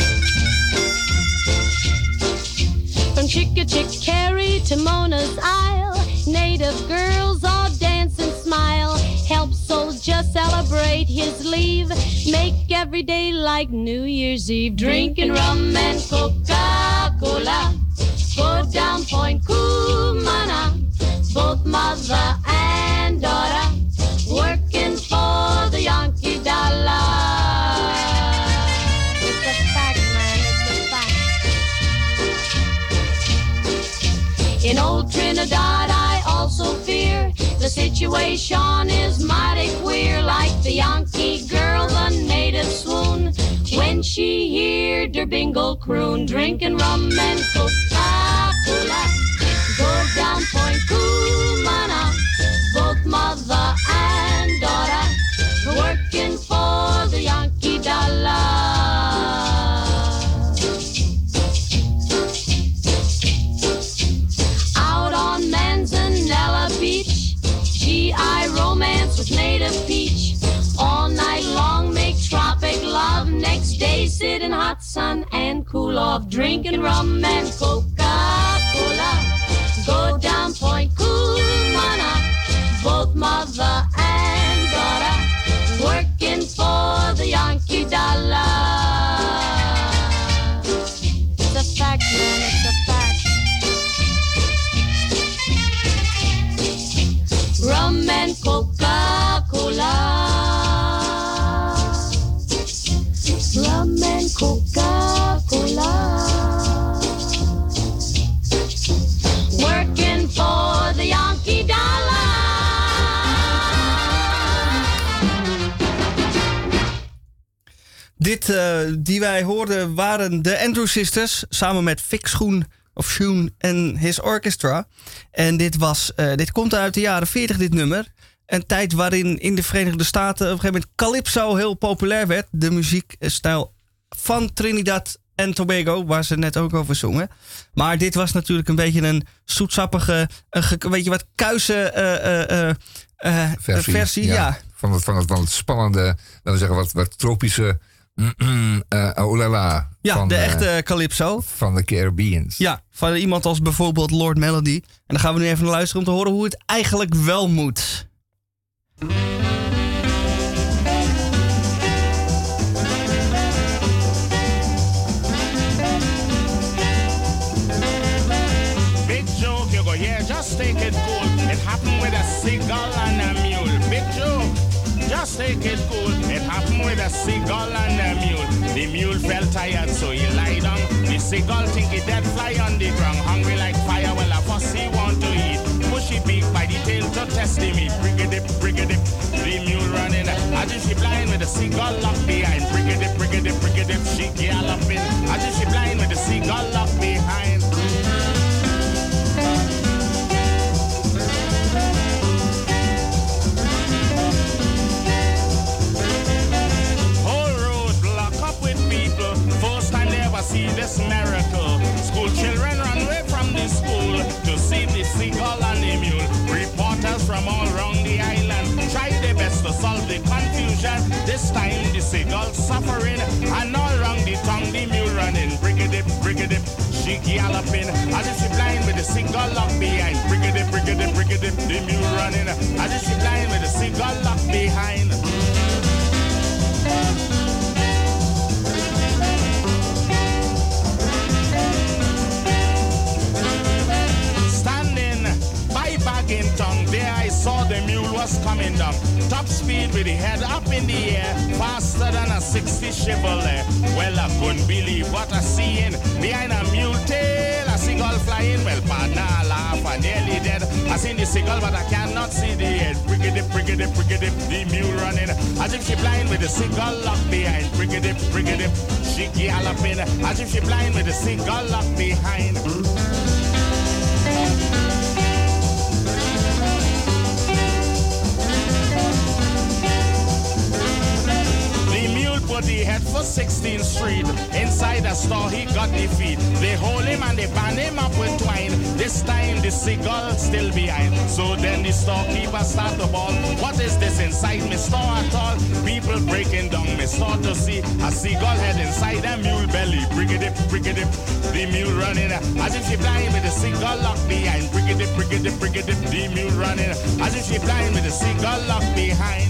Speaker 7: From Chickachickarry to Mona's Isle, native girls all dance and smile. Help soldier celebrate his leave, make every day like New Year's Eve. Drinking rum and Coca-Cola, go down Point Cumana, both mother and daughter, working for the Yankee dollar. It's a fact, man, it's a fact. In old Trinidad I also fear the situation is mighty queer. Like the Yankee girl, the native swoon when she heard her bingle croon. Drinking rum and Coca-Cola, go down Point Cumana, both mother and daughter, working drinking rum and Coca-Cola. Go down Point Cumana, both mother and daughter, working for the Yankee dollar. It's a fact, man, it's a fact. Rum and Coca-Cola. Rum and Coca-Cola. Working for the Yankee dollar.
Speaker 2: Dit die wij hoorden waren de Andrews Sisters samen met Vic Schoen en His Orchestra. En dit komt uit de jaren 40, dit nummer. Een tijd waarin in de Verenigde Staten op een gegeven moment calypso heel populair werd. De muziekstijl van Trinidad en Tobago, waar ze net ook over zongen. Maar dit was natuurlijk een beetje een zoetsappige, weet je wat, kuise versie. Ja.
Speaker 3: Van het spannende, laten we zeggen, wat tropische oh la la.
Speaker 2: Ja,
Speaker 3: van,
Speaker 2: de echte calypso.
Speaker 3: Van de Caribbeans.
Speaker 2: Ja, van iemand als bijvoorbeeld Lord Melody. En dan gaan we nu even naar luisteren om te horen hoe het eigenlijk wel moet.
Speaker 11: Big joke, you go here, just take it cool. It happened with a seagull and a mule. Big joke, just take it cool. It happened with a seagull and a mule. The mule felt tired, so he lied down. The seagull think he dead, fly on the ground. Hungry like fire, well a fussy want to eat. Pushy beak by the tail to test the meat. Brigadip, brigadip, the mule running. As if she blind with the seagull locked behind. Brigadip, brigadip, brigadip, she galloping. As if she blind with the seagull locked behind. See this miracle. School children run away from the school to see the seagull and the mule. Reporters from all around the island try their best to solve the confusion. This time the seagull suffering, and all around the tongue the mule running. Brigadip, brigadip, she galloping. As if she blind with the seagull locked behind. Brigadip, brigadip, brigadip, the mule running. As if she blind with the seagull locked behind. In tongue, there I saw the mule was coming down. Top speed with the head up in the air, faster than a 60 Chevrolet. Well, I couldn't believe what I seen behind a mule tail. A seagull flying, well, partner, I laugh, I nearly dead. I seen the seagull, but I cannot see the head. Brigadip, brigadip, brigadip, the mule running. As if she blind with the seagull locked behind. Brigadip, brigadip, she galloping. As if she blind with the seagull locked behind. Put the head for 16th Street. Inside the store he got the feet. They hold him and they band him up with twine. This time the seagull still behind. So then the storekeeper start to bawl. What is this inside me store at all? People breaking down me store to see a seagull head inside a mule belly. Brigadip, brigadip, the mule running. As if she blind with the seagull locked behind. Brigadip, brigadip, brigadip, the mule running. As if she blind with the seagull locked behind.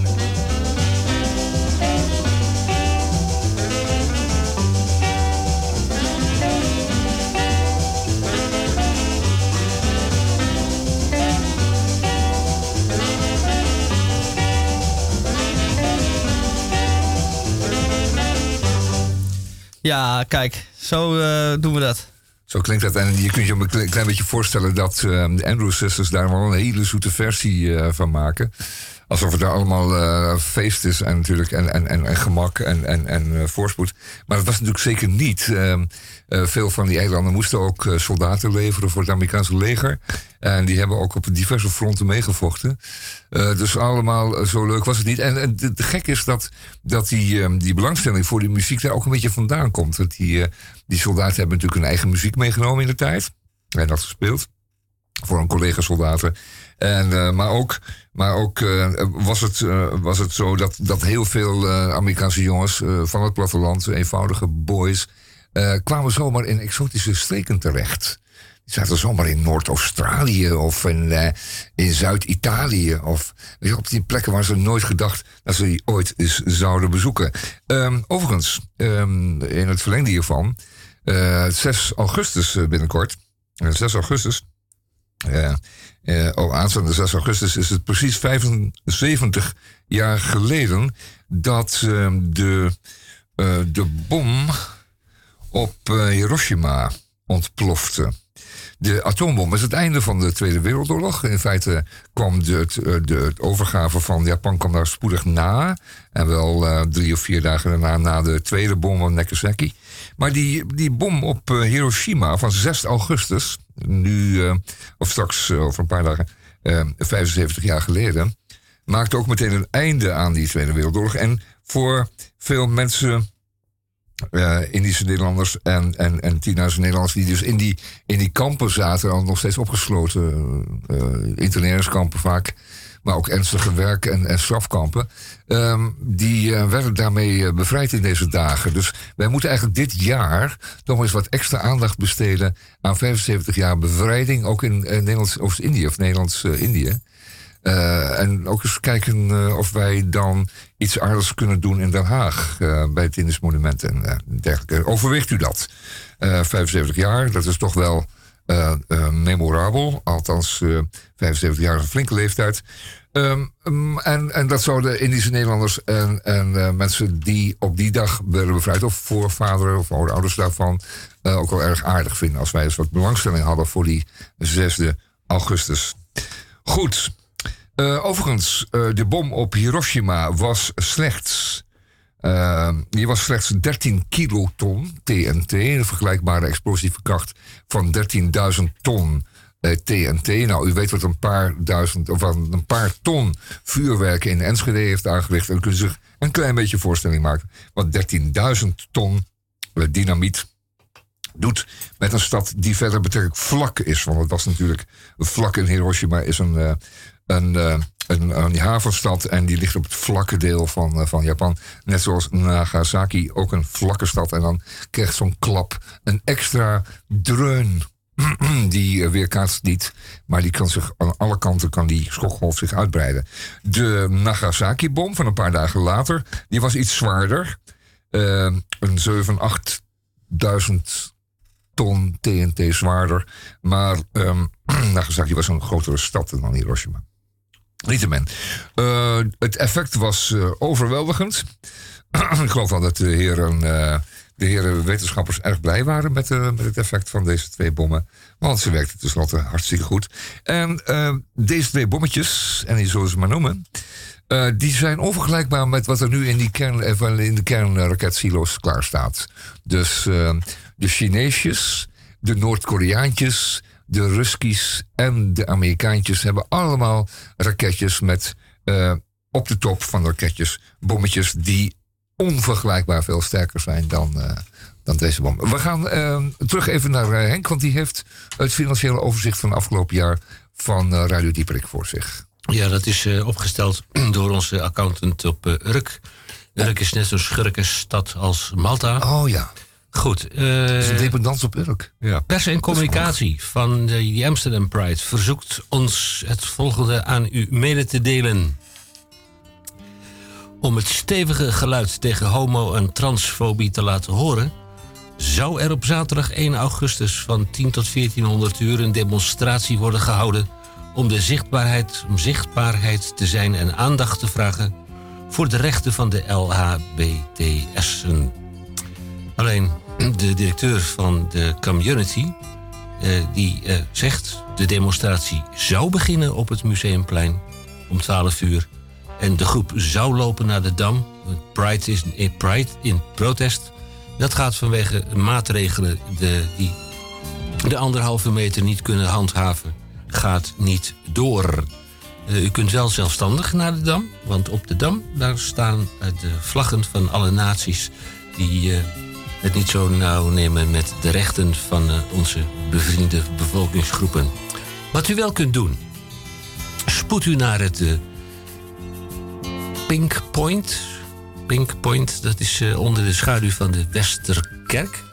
Speaker 2: Ja, kijk, zo doen we dat.
Speaker 3: Zo klinkt dat. En je kunt je een klein beetje voorstellen dat de Andrews Sisters daar wel een hele zoete versie van maken. Alsof het daar allemaal feest is en natuurlijk en gemak en voorspoed. Maar dat was natuurlijk zeker niet. Veel van die eilanden moesten ook soldaten leveren voor het Amerikaanse leger. En die hebben ook op diverse fronten meegevochten. Dus allemaal zo leuk was het niet. En de gek is dat die belangstelling voor die muziek daar ook een beetje vandaan komt. Dat die soldaten hebben natuurlijk hun eigen muziek meegenomen in de tijd. En dat gespeeld. Voor een collega-soldaten. Maar ook was het zo dat heel veel Amerikaanse jongens van het platteland, eenvoudige boys, kwamen zomaar in exotische streken terecht. Die zaten zomaar in Noord-Australië of in Zuid-Italië. Of op die plekken waar ze nooit gedacht dat ze die ooit eens zouden bezoeken. Overigens, in het verlengde hiervan, 6 augustus binnenkort. 6 augustus. Aanstaande 6 augustus is het precies 75 jaar geleden dat de bom op Hiroshima ontplofte. De atoombom was het einde van de Tweede Wereldoorlog. In feite kwam de overgave van Japan kwam daar spoedig na. En wel 3 of 4 dagen daarna na de tweede bom van Nagasaki. Maar die bom op Hiroshima van 6 augustus... nu, of straks over een paar dagen, 75 jaar geleden... maakte ook meteen een einde aan die Tweede Wereldoorlog. En voor veel mensen... Indische Nederlanders en Tina's Nederlanders die dus in die kampen zaten, al nog steeds opgesloten, interneringskampen vaak, maar ook ernstige werk- en strafkampen, die werden daarmee bevrijd in deze dagen. Dus wij moeten eigenlijk dit jaar nog eens wat extra aandacht besteden aan 75 jaar bevrijding, ook in Nederlands Oost-Indië of Nederlands-Indië. En ook eens kijken of wij dan iets aardigs kunnen doen in Den Haag. Bij het Indisch Monument en dergelijke. Overweegt u dat? 75 jaar, dat is toch wel memorabel. Althans, 75 jaar is een flinke leeftijd. En dat zouden Indische Nederlanders en mensen die op die dag werden bevrijd... of voorvaderen of ouders daarvan... ook wel erg aardig vinden... als wij eens wat belangstelling hadden voor die 6 augustus. Goed... overigens, de bom op Hiroshima was slechts 13 kiloton TNT. Een vergelijkbare explosieve kracht van 13.000 ton TNT. Nou, u weet wat een paar ton vuurwerk in Enschede heeft aangericht. En u kunt zich een klein beetje voorstelling maken wat 13.000 ton dynamiet doet met een stad die verder betrekkelijk vlak is. Want het was natuurlijk vlak in Hiroshima is een havenstad en die ligt op het vlakke deel van Japan. Net zoals Nagasaki, ook een vlakke stad. En dan krijgt zo'n klap een extra dreun. Die weerkaatst niet, maar die kan zich aan alle kanten kan die schokgolf zich uitbreiden. De Nagasaki-bom van een paar dagen later, die was iets zwaarder. Een 7.000-8.000 ton TNT zwaarder. Maar Nagasaki was een grotere stad dan Hiroshima. Niettemin. Het effect was overweldigend. Ik geloof wel dat de heren wetenschappers erg blij waren met het effect van deze 2 bommen. Want ze werkten tenslotte hartstikke goed. En deze 2 bommetjes, en die zullen ze maar noemen... die zijn onvergelijkbaar met wat er nu in de kernraketsilo's klaar staat. Dus de Chineesjes, de Noord-Koreaantjes... de Ruskies en de Amerikaantjes hebben allemaal raketjes met op de top van de raketjes bommetjes die onvergelijkbaar veel sterker zijn dan deze bom. We gaan terug even naar Henk, want die heeft het financiële overzicht van afgelopen jaar van Radio Dieperik voor zich.
Speaker 1: Ja, dat is opgesteld door onze accountant op Urk. Urk is net zo'n schurkenstad als Malta.
Speaker 3: Oh ja.
Speaker 1: Goed.
Speaker 3: Het is een dependance op Urk.
Speaker 1: Ja. Pers en communicatie van de Amsterdam Pride verzoekt ons het volgende aan u mede te delen. Om het stevige geluid tegen homo- en transfobie te laten horen, zou er op zaterdag 1 augustus van 10 tot 1400 uur een demonstratie worden gehouden om zichtbaarheid te zijn en aandacht te vragen voor de rechten van de LHBTS'en. Alleen de directeur van de community die zegt de demonstratie zou beginnen op het Museumplein om 12 uur. En de groep zou lopen naar de Dam. Pride in protest. Dat gaat vanwege maatregelen die de 1,5 meter niet kunnen handhaven. Gaat niet door. U kunt wel zelfstandig naar de Dam. Want op de Dam daar staan de vlaggen van alle naties die het niet zo nauw nemen met de rechten van onze bevriende bevolkingsgroepen. Wat u wel kunt doen. Spoed u naar het Pink Point. Pink Point, dat is onder de schaduw van de Westerkerk.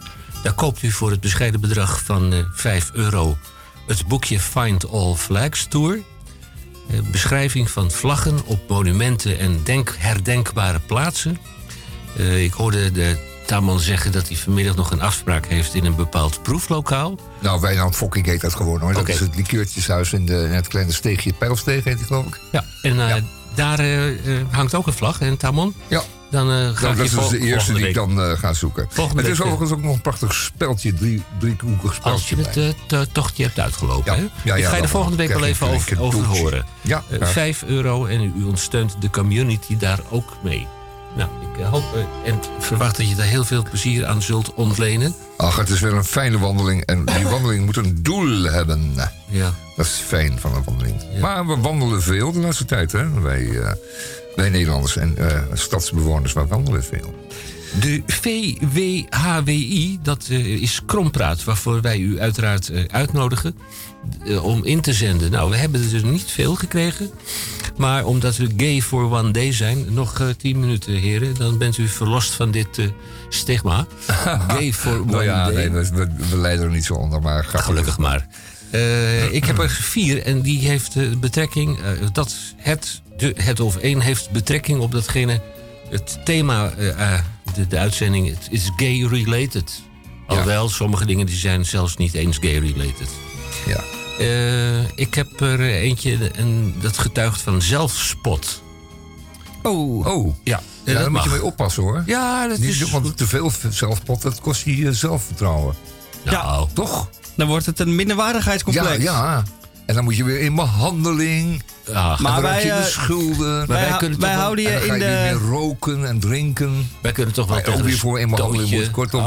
Speaker 1: Daar koopt u voor het bescheiden bedrag van €5 het boekje Find All Flags Tour. Beschrijving van vlaggen op monumenten en herdenkbare plaatsen. Ik hoorde de Tamon zeggen dat hij vanmiddag nog een afspraak heeft in een bepaald proeflokaal.
Speaker 3: Nou, Wijnand Fokking heet dat gewoon hoor.
Speaker 1: Okay.
Speaker 3: Dat is het likeurtjeshuis in het kleine steegje Pijlsteeg heet die, geloof ik.
Speaker 1: Ja, en daar hangt ook een vlag in Tamon.
Speaker 3: Ja.
Speaker 1: Dan ga ik
Speaker 3: dat is dus de eerste die ik dan ga zoeken. Het is overigens ook nog een prachtig speltje, driehoekig speltje.
Speaker 1: Als je het tochtje hebt uitgelopen.
Speaker 3: Ja.
Speaker 1: Hè?
Speaker 3: Ja,
Speaker 1: ik ga je de volgende week wel even over horen.
Speaker 3: Ja,
Speaker 1: €5 en u ondersteunt de community daar ook mee. Nou, ik hoop en verwacht dat je daar heel veel plezier aan zult ontlenen.
Speaker 3: Ach, het is weer een fijne wandeling. En die wandeling moet een doel hebben.
Speaker 1: Ja.
Speaker 3: Dat is fijn van een wandeling. Ja. Maar we wandelen veel de laatste tijd, hè? Wij Nederlanders en stadsbewoners, maar wandelen veel.
Speaker 1: De VWHWI, dat is Krompraat, waarvoor wij u uiteraard uitnodigen om in te zenden. Nou, we hebben er dus niet veel gekregen. Maar omdat we gay for one day zijn, nog 10 minuten, heren. Dan bent u verlost van dit stigma. Gay for one day.
Speaker 3: Nee, we lijden er niet zo onder, maar
Speaker 1: gelukkig maar. Ik heb er 4 en die heeft betrekking... Het of één heeft betrekking op datgene... Het thema, de uitzending, het is gay-related. Alhoewel, sommige dingen die zijn zelfs niet eens gay-related.
Speaker 3: Ja.
Speaker 1: Ik heb er eentje en dat getuigt van zelfspot.
Speaker 2: Oh.
Speaker 1: Ja,
Speaker 3: daar moet je mee oppassen hoor.
Speaker 1: Ja, dat is...
Speaker 3: Want te veel zelfspot, dat kost je zelfvertrouwen.
Speaker 1: Nou,
Speaker 3: toch?
Speaker 2: Dan wordt het een minderwaardigheidscomplex.
Speaker 3: Ja. En dan moet je weer in behandeling.
Speaker 1: Ja,
Speaker 3: maar wij je de schulden.
Speaker 2: Wij houden je in de...
Speaker 3: weer roken en drinken.
Speaker 1: Wij kunnen toch wel
Speaker 3: ook weer voor in behandeling moet. Kortom,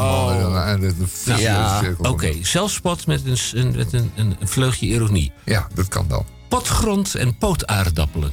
Speaker 1: Oké, zelfspot met een vleugje ironie.
Speaker 3: Ja, dat kan wel.
Speaker 1: Potgrond en pootaardappelen.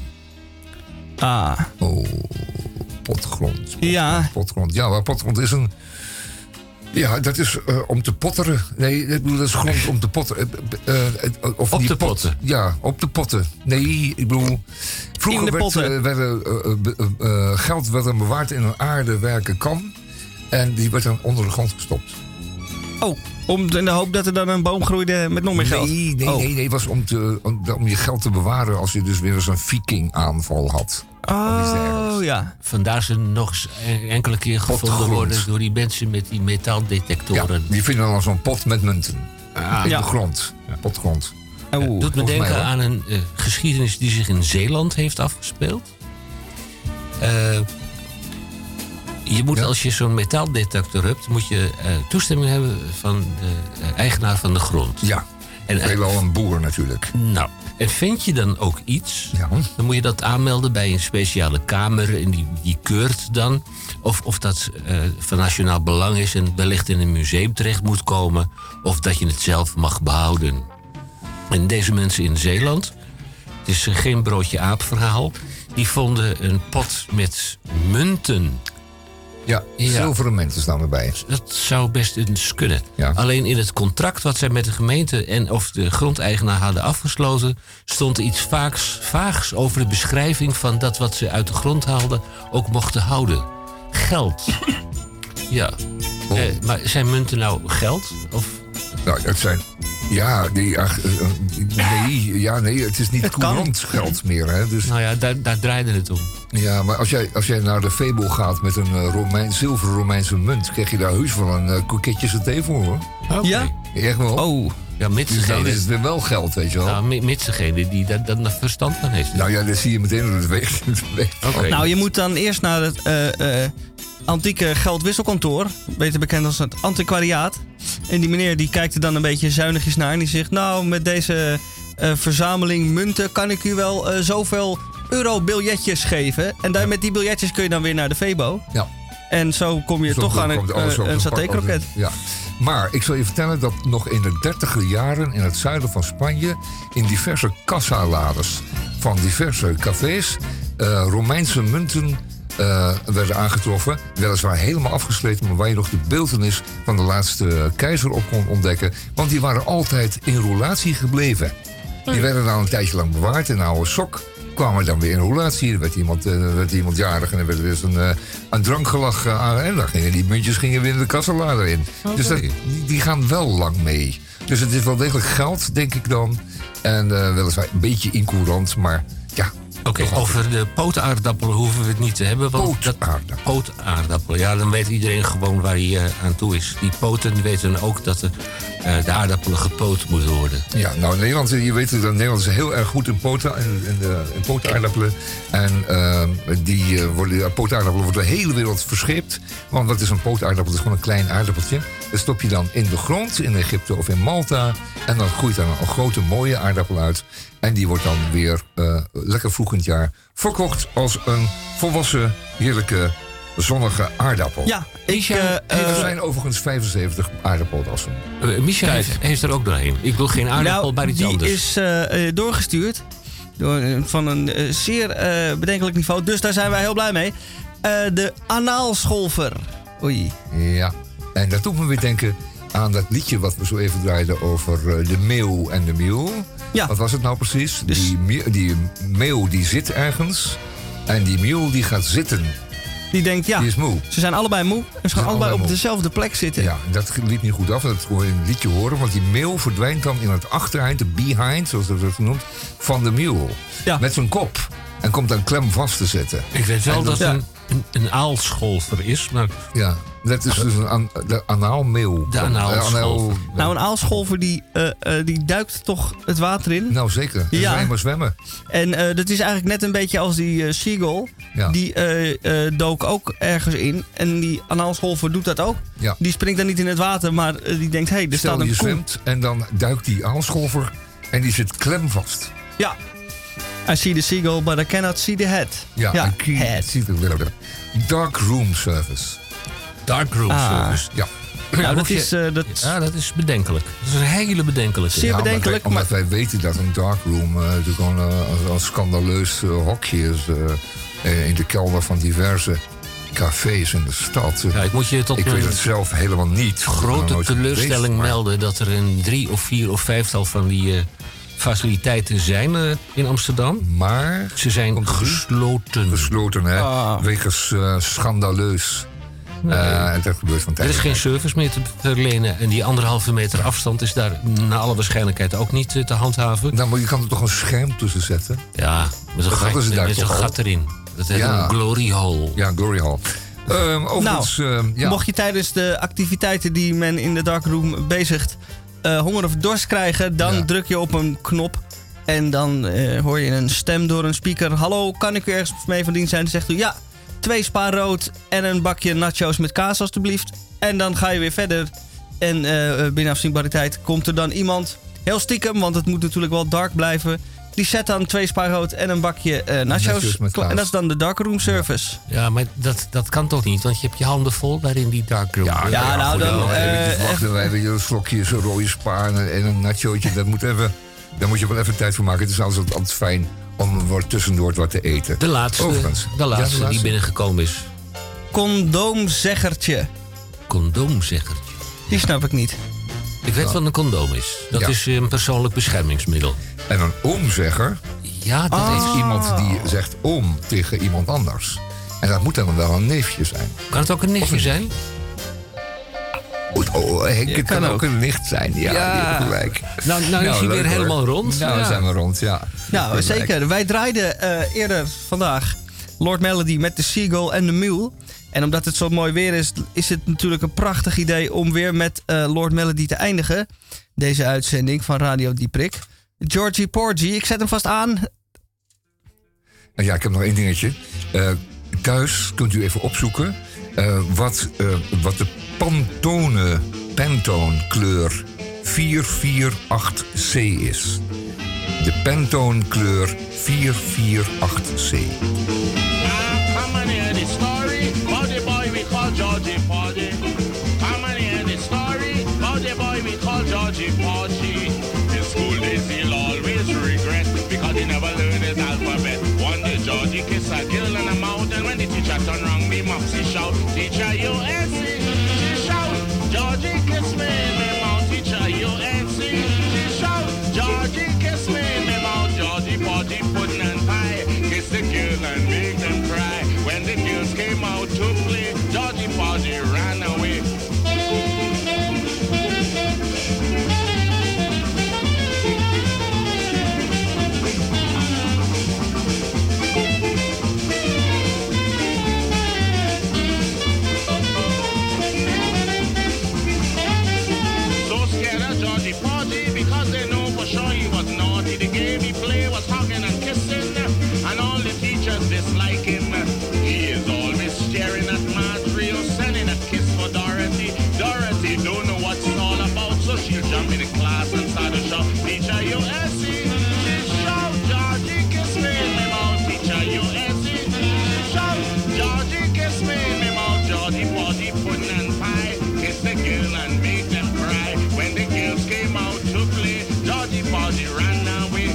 Speaker 3: Oh, potgrond.
Speaker 2: Ja.
Speaker 3: Potgrond. Ja, maar potgrond is een... Ja, dat is om te potteren. Nee, ik bedoel, dat is grond om te potteren.
Speaker 1: Op de potten?
Speaker 3: Ja, op de potten. Nee, ik bedoel... Vroeger werd geld werd bewaard in een aardewerken kan. En die werd dan onder de grond gestopt.
Speaker 2: Oh, in de hoop dat er dan een boom groeide met nog meer geld?
Speaker 3: Nee, het was om je geld te bewaren als je dus weer eens een viking-aanval had.
Speaker 2: Oh, ja.
Speaker 1: Vandaar ze nog eens enkele keer gevonden worden door die mensen met die metaaldetectoren.
Speaker 3: Ja, die vinden dan zo'n pot met munten. In de grond. Ja. Potgrond.
Speaker 1: Het doet me denken aan een geschiedenis die zich in Zeeland heeft afgespeeld. Je moet, als je zo'n metaaldetector hebt, moet je toestemming hebben van de eigenaar van de grond.
Speaker 3: Ja, en wel een boer natuurlijk.
Speaker 1: Nou, en vind je dan ook iets, dan moet je dat aanmelden bij een speciale kamer en die keurt dan of dat van nationaal belang is en wellicht in een museum terecht moet komen of dat je het zelf mag behouden. En deze mensen in Zeeland, het is geen broodje aap verhaal, die vonden een pot met munten.
Speaker 3: Ja, zilveren munten staan erbij.
Speaker 1: Dat zou best eens kunnen.
Speaker 3: Ja.
Speaker 1: Alleen in het contract wat zij met de gemeente en of de grondeigenaar hadden afgesloten, stond er iets vaags over de beschrijving van dat wat ze uit de grond haalden ook mochten houden. Geld. Ja. Maar zijn munten nou geld? Of?
Speaker 3: Nou, dat zijn... Ja, nee, het is niet courant geld meer. Hè, dus...
Speaker 1: Nou ja, daar draaide het om.
Speaker 3: Ja, maar als jij naar de Febo gaat met een zilveren Romeinse munt, krijg je daar heus wel een koeketje saté voor, hoor.
Speaker 1: Okay.
Speaker 2: Ja?
Speaker 3: Echt wel.
Speaker 2: Oh.
Speaker 1: Ja, mits
Speaker 3: dus dan is het weer wel geld, weet je wel.
Speaker 1: Nou, mits degene die daar verstand van heeft.
Speaker 3: Nou ja, dat zie je meteen door het weeg.
Speaker 2: Okay. Nou, je moet dan eerst naar het antieke geldwisselkantoor, beter bekend als het antiquariaat. En die meneer die kijkt er dan een beetje zuinigjes naar en die zegt, nou, met deze verzameling munten kan ik u wel zoveel euro-biljetjes geven. En met die biljetjes kun je dan weer naar de Febo.
Speaker 3: Ja.
Speaker 2: En zo kom je toch aan een saté-kroket.
Speaker 3: Ja. Maar ik zal je vertellen dat nog in de 30e jaren in het zuiden van Spanje, in diverse kassaladers van diverse cafés, Romeinse munten werden aangetroffen. Weliswaar helemaal afgesleten, maar waar je nog de beeltenis van de laatste keizer op kon ontdekken. Want die waren altijd in roulatie gebleven. Die werden dan een tijdje lang bewaard in een oude sok. kwamen we dan weer in een relatie. Er werd iemand jarig en er werd weer een drankgelach aan. En dan gingen die muntjes weer in de kassalader in. Okay. Dus die gaan wel lang mee. Dus het is wel degelijk geld, denk ik dan. En weliswaar een beetje incourant, maar ja.
Speaker 1: Oké, over de pootaardappelen hoeven we het niet te hebben. Pootaardappelen. Ja, dan weet iedereen gewoon waar hij aan toe is. Die poten die weten dan ook dat de aardappelen gepoot moeten worden.
Speaker 3: Ja, nou, Nederland, je weet dat Nederland is heel erg goed in pootaardappelen. En die pootaardappelen worden de hele wereld verscheept. Want wat is een pootaardappel? Dat is gewoon een klein aardappeltje. Dat stop je dan in de grond, in Egypte of in Malta. En dan groeit daar een grote mooie aardappel uit. En die wordt dan weer lekker vroeg in het jaar verkocht als een volwassen, heerlijke, zonnige aardappel.
Speaker 2: Ja,
Speaker 3: er zijn overigens 75 aardappeldassen.
Speaker 1: Micha heeft er ook doorheen. Ik wil geen aardappel, maar iets anders.
Speaker 2: Die is doorgestuurd van een zeer bedenkelijk niveau. Dus daar zijn wij heel blij mee. De anaalscholver. Oei.
Speaker 3: Ja, en dat doet me weer denken aan dat liedje wat we zo even draaiden over de meeuw en de mule. Ja. Wat was het nou precies? Dus die meeuw die zit ergens en die mule die gaat zitten.
Speaker 2: Die denkt, ja,
Speaker 3: die is moe.
Speaker 2: Ze zijn allebei moe en ze gaan allebei op dezelfde plek zitten.
Speaker 3: Ja, dat liep niet goed af. Dat kon je in het liedje horen. Want die meeuw verdwijnt dan in het achtereind, de behind, zoals dat wordt genoemd, van de mule. Ja. Met zijn kop. En komt dan klem vast te zitten.
Speaker 1: Ik weet wel dat een aalscholver is, maar...
Speaker 3: Ja, dat is dus de anaalmeeuw.
Speaker 1: De anaalscholver.
Speaker 2: Nou, een aalscholver die duikt toch het water in?
Speaker 3: Nou, zeker. Ja. Zijn maar zwemmen.
Speaker 2: En dat is eigenlijk net een beetje als die seagull. Ja. Die dook ook ergens in. En die anaalscholver doet dat ook. Ja. Die springt dan niet in het water, maar die denkt... Hey, er staat een
Speaker 3: je zwemt en dan duikt die aalscholver en die zit klem vast.
Speaker 2: Ja. I see the seagull, but I cannot see the head.
Speaker 3: Ja, head. Dark room service.
Speaker 1: Dark room service.
Speaker 3: Ja.
Speaker 2: Nou,
Speaker 1: dat is bedenkelijk. Dat is een hele bedenkelijke.
Speaker 2: Zeer bedenkelijk.
Speaker 3: Omdat wij weten dat een dark room natuurlijk gewoon een schandaleus hokje is in de kelder van diverse cafés in de stad.
Speaker 1: Ja, ik
Speaker 3: weet het zelf helemaal niet.
Speaker 1: Grote teleurstelling melden dat er een 3 of 4 of 5-tal van die faciliteiten zijn in Amsterdam.
Speaker 3: Maar
Speaker 1: ze zijn gesloten.
Speaker 3: Gesloten, hè? Wegens schandaleus. Dat gebeurt van tijd.
Speaker 1: Er is geen service meer te verlenen. En die 1,5 meter afstand is daar naar alle waarschijnlijkheid ook niet te handhaven.
Speaker 3: Nou, maar je kan er toch een scherm tussen zetten?
Speaker 1: Ja, met een gat erin. Dat heet een glory hole.
Speaker 3: Ja, glory hole.
Speaker 2: Mocht je tijdens de activiteiten die men in de darkroom bezigt honger of dorst krijgen, dan druk je op een knop en dan hoor je een stem door een speaker. Hallo, kan ik u ergens mee van dienst zijn? Dan zegt u ja, 2 spa rood en een bakje nachos met kaas alstublieft. En dan ga je weer verder. En binnen afzienbariteit komt er dan iemand, heel stiekem, want het moet natuurlijk wel dark blijven. Die zet dan 2 spa rood en een bakje nachos. En dat is dan de darkroom service.
Speaker 1: Ja, maar dat kan toch niet? Want je hebt je handen vol daar in die darkroom.
Speaker 2: Ja, nou dan...
Speaker 3: wachten, wij hebben een slokje, zo'n rode spa en een nachootje. Daar moet je wel even tijd voor maken. Het is altijd fijn om tussendoor wat te eten.
Speaker 1: De laatste die binnengekomen is.
Speaker 2: Condoomzeggertje.
Speaker 1: Condoomzeggertje?
Speaker 2: Die snap ik niet.
Speaker 1: Ik weet wat een condoom is. Dat is een persoonlijk beschermingsmiddel.
Speaker 3: En een oomzegger,
Speaker 1: ja, dat
Speaker 3: is iemand die zegt oom tegen iemand anders. En dat moet dan wel een neefje zijn.
Speaker 1: Kan het ook een nichtje zijn?
Speaker 3: Henk, het kan ook een nicht zijn. Ja. Gelijk.
Speaker 1: Nou is hij weer helemaal rond.
Speaker 3: Nou, zijn we rond, ja.
Speaker 2: Nou, zeker. Wij draaiden eerder vandaag Lord Melody met de Seagull en de Mule. En omdat het zo mooi weer is, is het natuurlijk een prachtig idee om weer met Lord Melody te eindigen. Deze uitzending van Radio Dieprik. Georgie Porgy, ik zet hem vast aan.
Speaker 3: Ja, ik heb nog 1 dingetje. Thuis kunt u even opzoeken wat de Pantone kleur 448C is. De Pantone kleur 448C.
Speaker 11: Georgie Porgy. Come and hear the story about the boy we call Georgie Porgy. In school days he'll always regret because he never learned his alphabet. One day Georgie kissed a girl on the mouth, and when the teacher turned round, me mopsy shout, teacher U.S.C. She shout, Georgie kiss me in my mouth, teacher U.S.C. She shout, Georgie kiss me in my mouth, Georgie Porgy pudding and pie. sure he was naughty. The game he played was hugging and kissing, and all the teachers dislike him. He is always staring at Marjorie or sending a kiss for Dorothy. Dorothy don't know what's all about, so she'll jump in the class and start to shout, teacher, you Essie. She shout, Georgie, kiss me in my mouth. Teacher, you Essie. Shout, Georgie, kiss me in my mouth. Georgie, body, pudding and pie. Kiss the girl and make them cry. When the girls came out to play, Georgie, body ran away.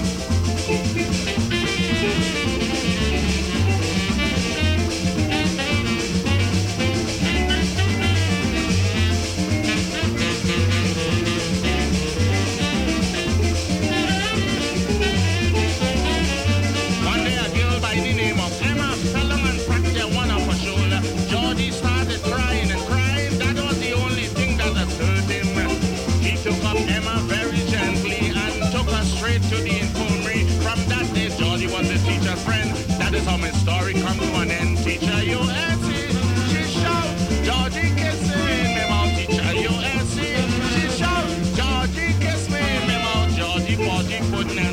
Speaker 11: To the infirmary. From that day, Georgie was a teacher friend. That is how my story come to an end. Teacher, you Essie. She shout, Georgie, kiss me in my mouth. Teacher, you Essie. She shout, Georgie, kiss me in my mouth. Georgie, body, pudding